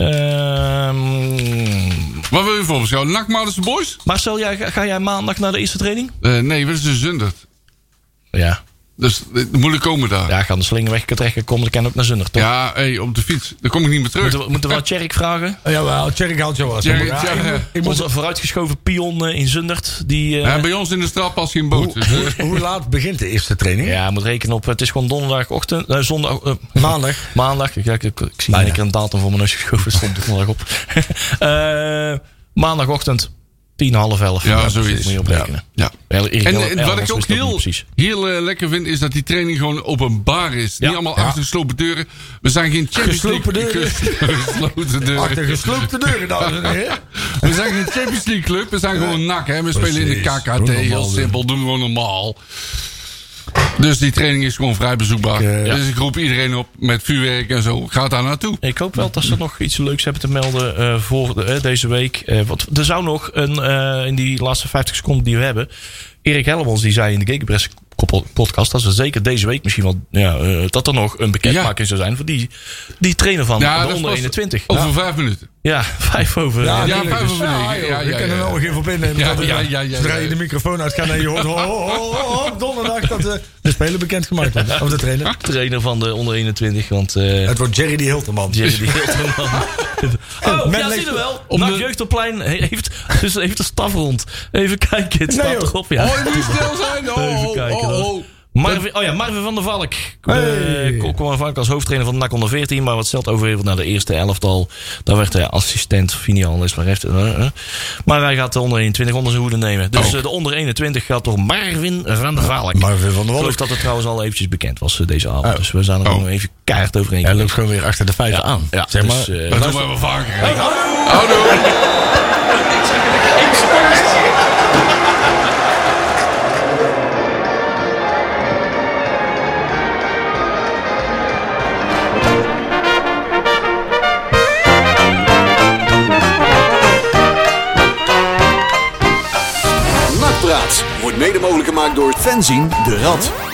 Ehm, Wat wil je voorbeschouwen? Nakmaardense boys? Marcel, jij, ga jij maandag naar de eerste training? Uh, nee, dat is de Zundert. Ja. Dus het moet ik komen daar. Ja, Ja, ik ga de slingerweg terecht komen. Dan kan ook naar Zundert, toch? hey, op de fiets. Dan kom ik niet meer terug. Moeten we, moeten we wel Tjerk vragen? Oh, jawel, Tjerk haalt jou wel. Tjerk, Ja, Tjerk, ik moet- ja. ik moet- Onze vooruitgeschoven pion uh, in Zundert. Die, uh, Ja, bij ons in de straat past geen boot. Dus, hoe, hoe laat begint de eerste training? ja, moet rekenen op. Het is gewoon donderdagochtend. Uh, zondag. Uh, Maandag. maandag. Ik, ik, ik, ik zie in één keer een datum voor mijn neus geschoven. Stond donderdag op. uh, maandagochtend. Tien, half elf. Ja, precies, zoiets. Moet je oprekenen. ja. Heel, Erik, En heel- eh, heel wat anders ik ook wist dat niet heel, precies. heel eh, lekker vind, is dat die training gewoon openbaar is. Ja. Niet allemaal Ja. achter gesloten deuren. We zijn geen Champions Geslopen League... deuren. Gesloten deuren. Achter gesloopte deuren, dames en heren. We zijn geen Champions League club. We zijn gewoon N A C. Hè. We spelen in de Precies. K K Doe T. normaal Heel doen. simpel. Doen we gewoon normaal. Dus die training is gewoon vrij bezoekbaar. Ik, uh, dus ik roep iedereen op met vuurwerk en zo. Ga daar naartoe. Ik hoop wel dat ze nog iets leuks hebben te melden uh, voor de, uh, deze week. Uh, want er zou nog een, uh, in die laatste vijftig seconden die we hebben. Erik Hellemans die zei in de Gegenpress podcast dat ze zeker deze week misschien wel ja, uh, dat er nog een bekendmaking zou zijn voor die, die trainer van ja, de onder eenentwintig. Over ja. vijf minuten. Ja, vijf over. Ja, Ja, ja, vijf over negen. Ja, ja, je ja, kan er ja. wel nog even op innemen. Ja, dat, ja, ja, ja, zodra ja. je de microfoon uitgaat en je hoort... Oh, oh, oh, oh, donderdag dat de, de speler bekendgemaakt wordt. Of de trainer. Trainer van de onder eenentwintig. Want, uh, Het wordt Jerry die Hilterman. Jerry die Hilterman. Oh, Men ja, leeft- zie je wel. Om Nak de- Jeugdoplein heeft, dus heeft de staf rond. Even kijken, het staat Nee, joh. erop. Ja. Oh, je moet snel zijn. Oh, Even oh, kijken, oh, hoor. oh. Marvin, oh ja, Marvin van der Valk. Hey. Uh, kwam aanvankelijk als hoofdtrainer van N A C onder veertien. Maar wat stelt overheveld naar de eerste elftal. Daar werd hij assistent filiaalist. Maar, heeft, uh, uh. maar hij gaat de onder eenentwintig onder zijn hoede nemen. Dus Oh. uh, de onder eenentwintig gaat door Marvin van der Valk. Marvin van der Ik geloof Walk. dat het trouwens al eventjes bekend was uh, deze avond. Oh. Dus we zijn er Oh. gewoon even keihard overheen. Hij loopt gewoon weer achter de feiten Ja, aan. ja, zeg maar. dus, uh, Dat doen we wel vaker. hè. Houdoe. Nakpraat wordt mede mogelijk gemaakt door Fenzin de Rad.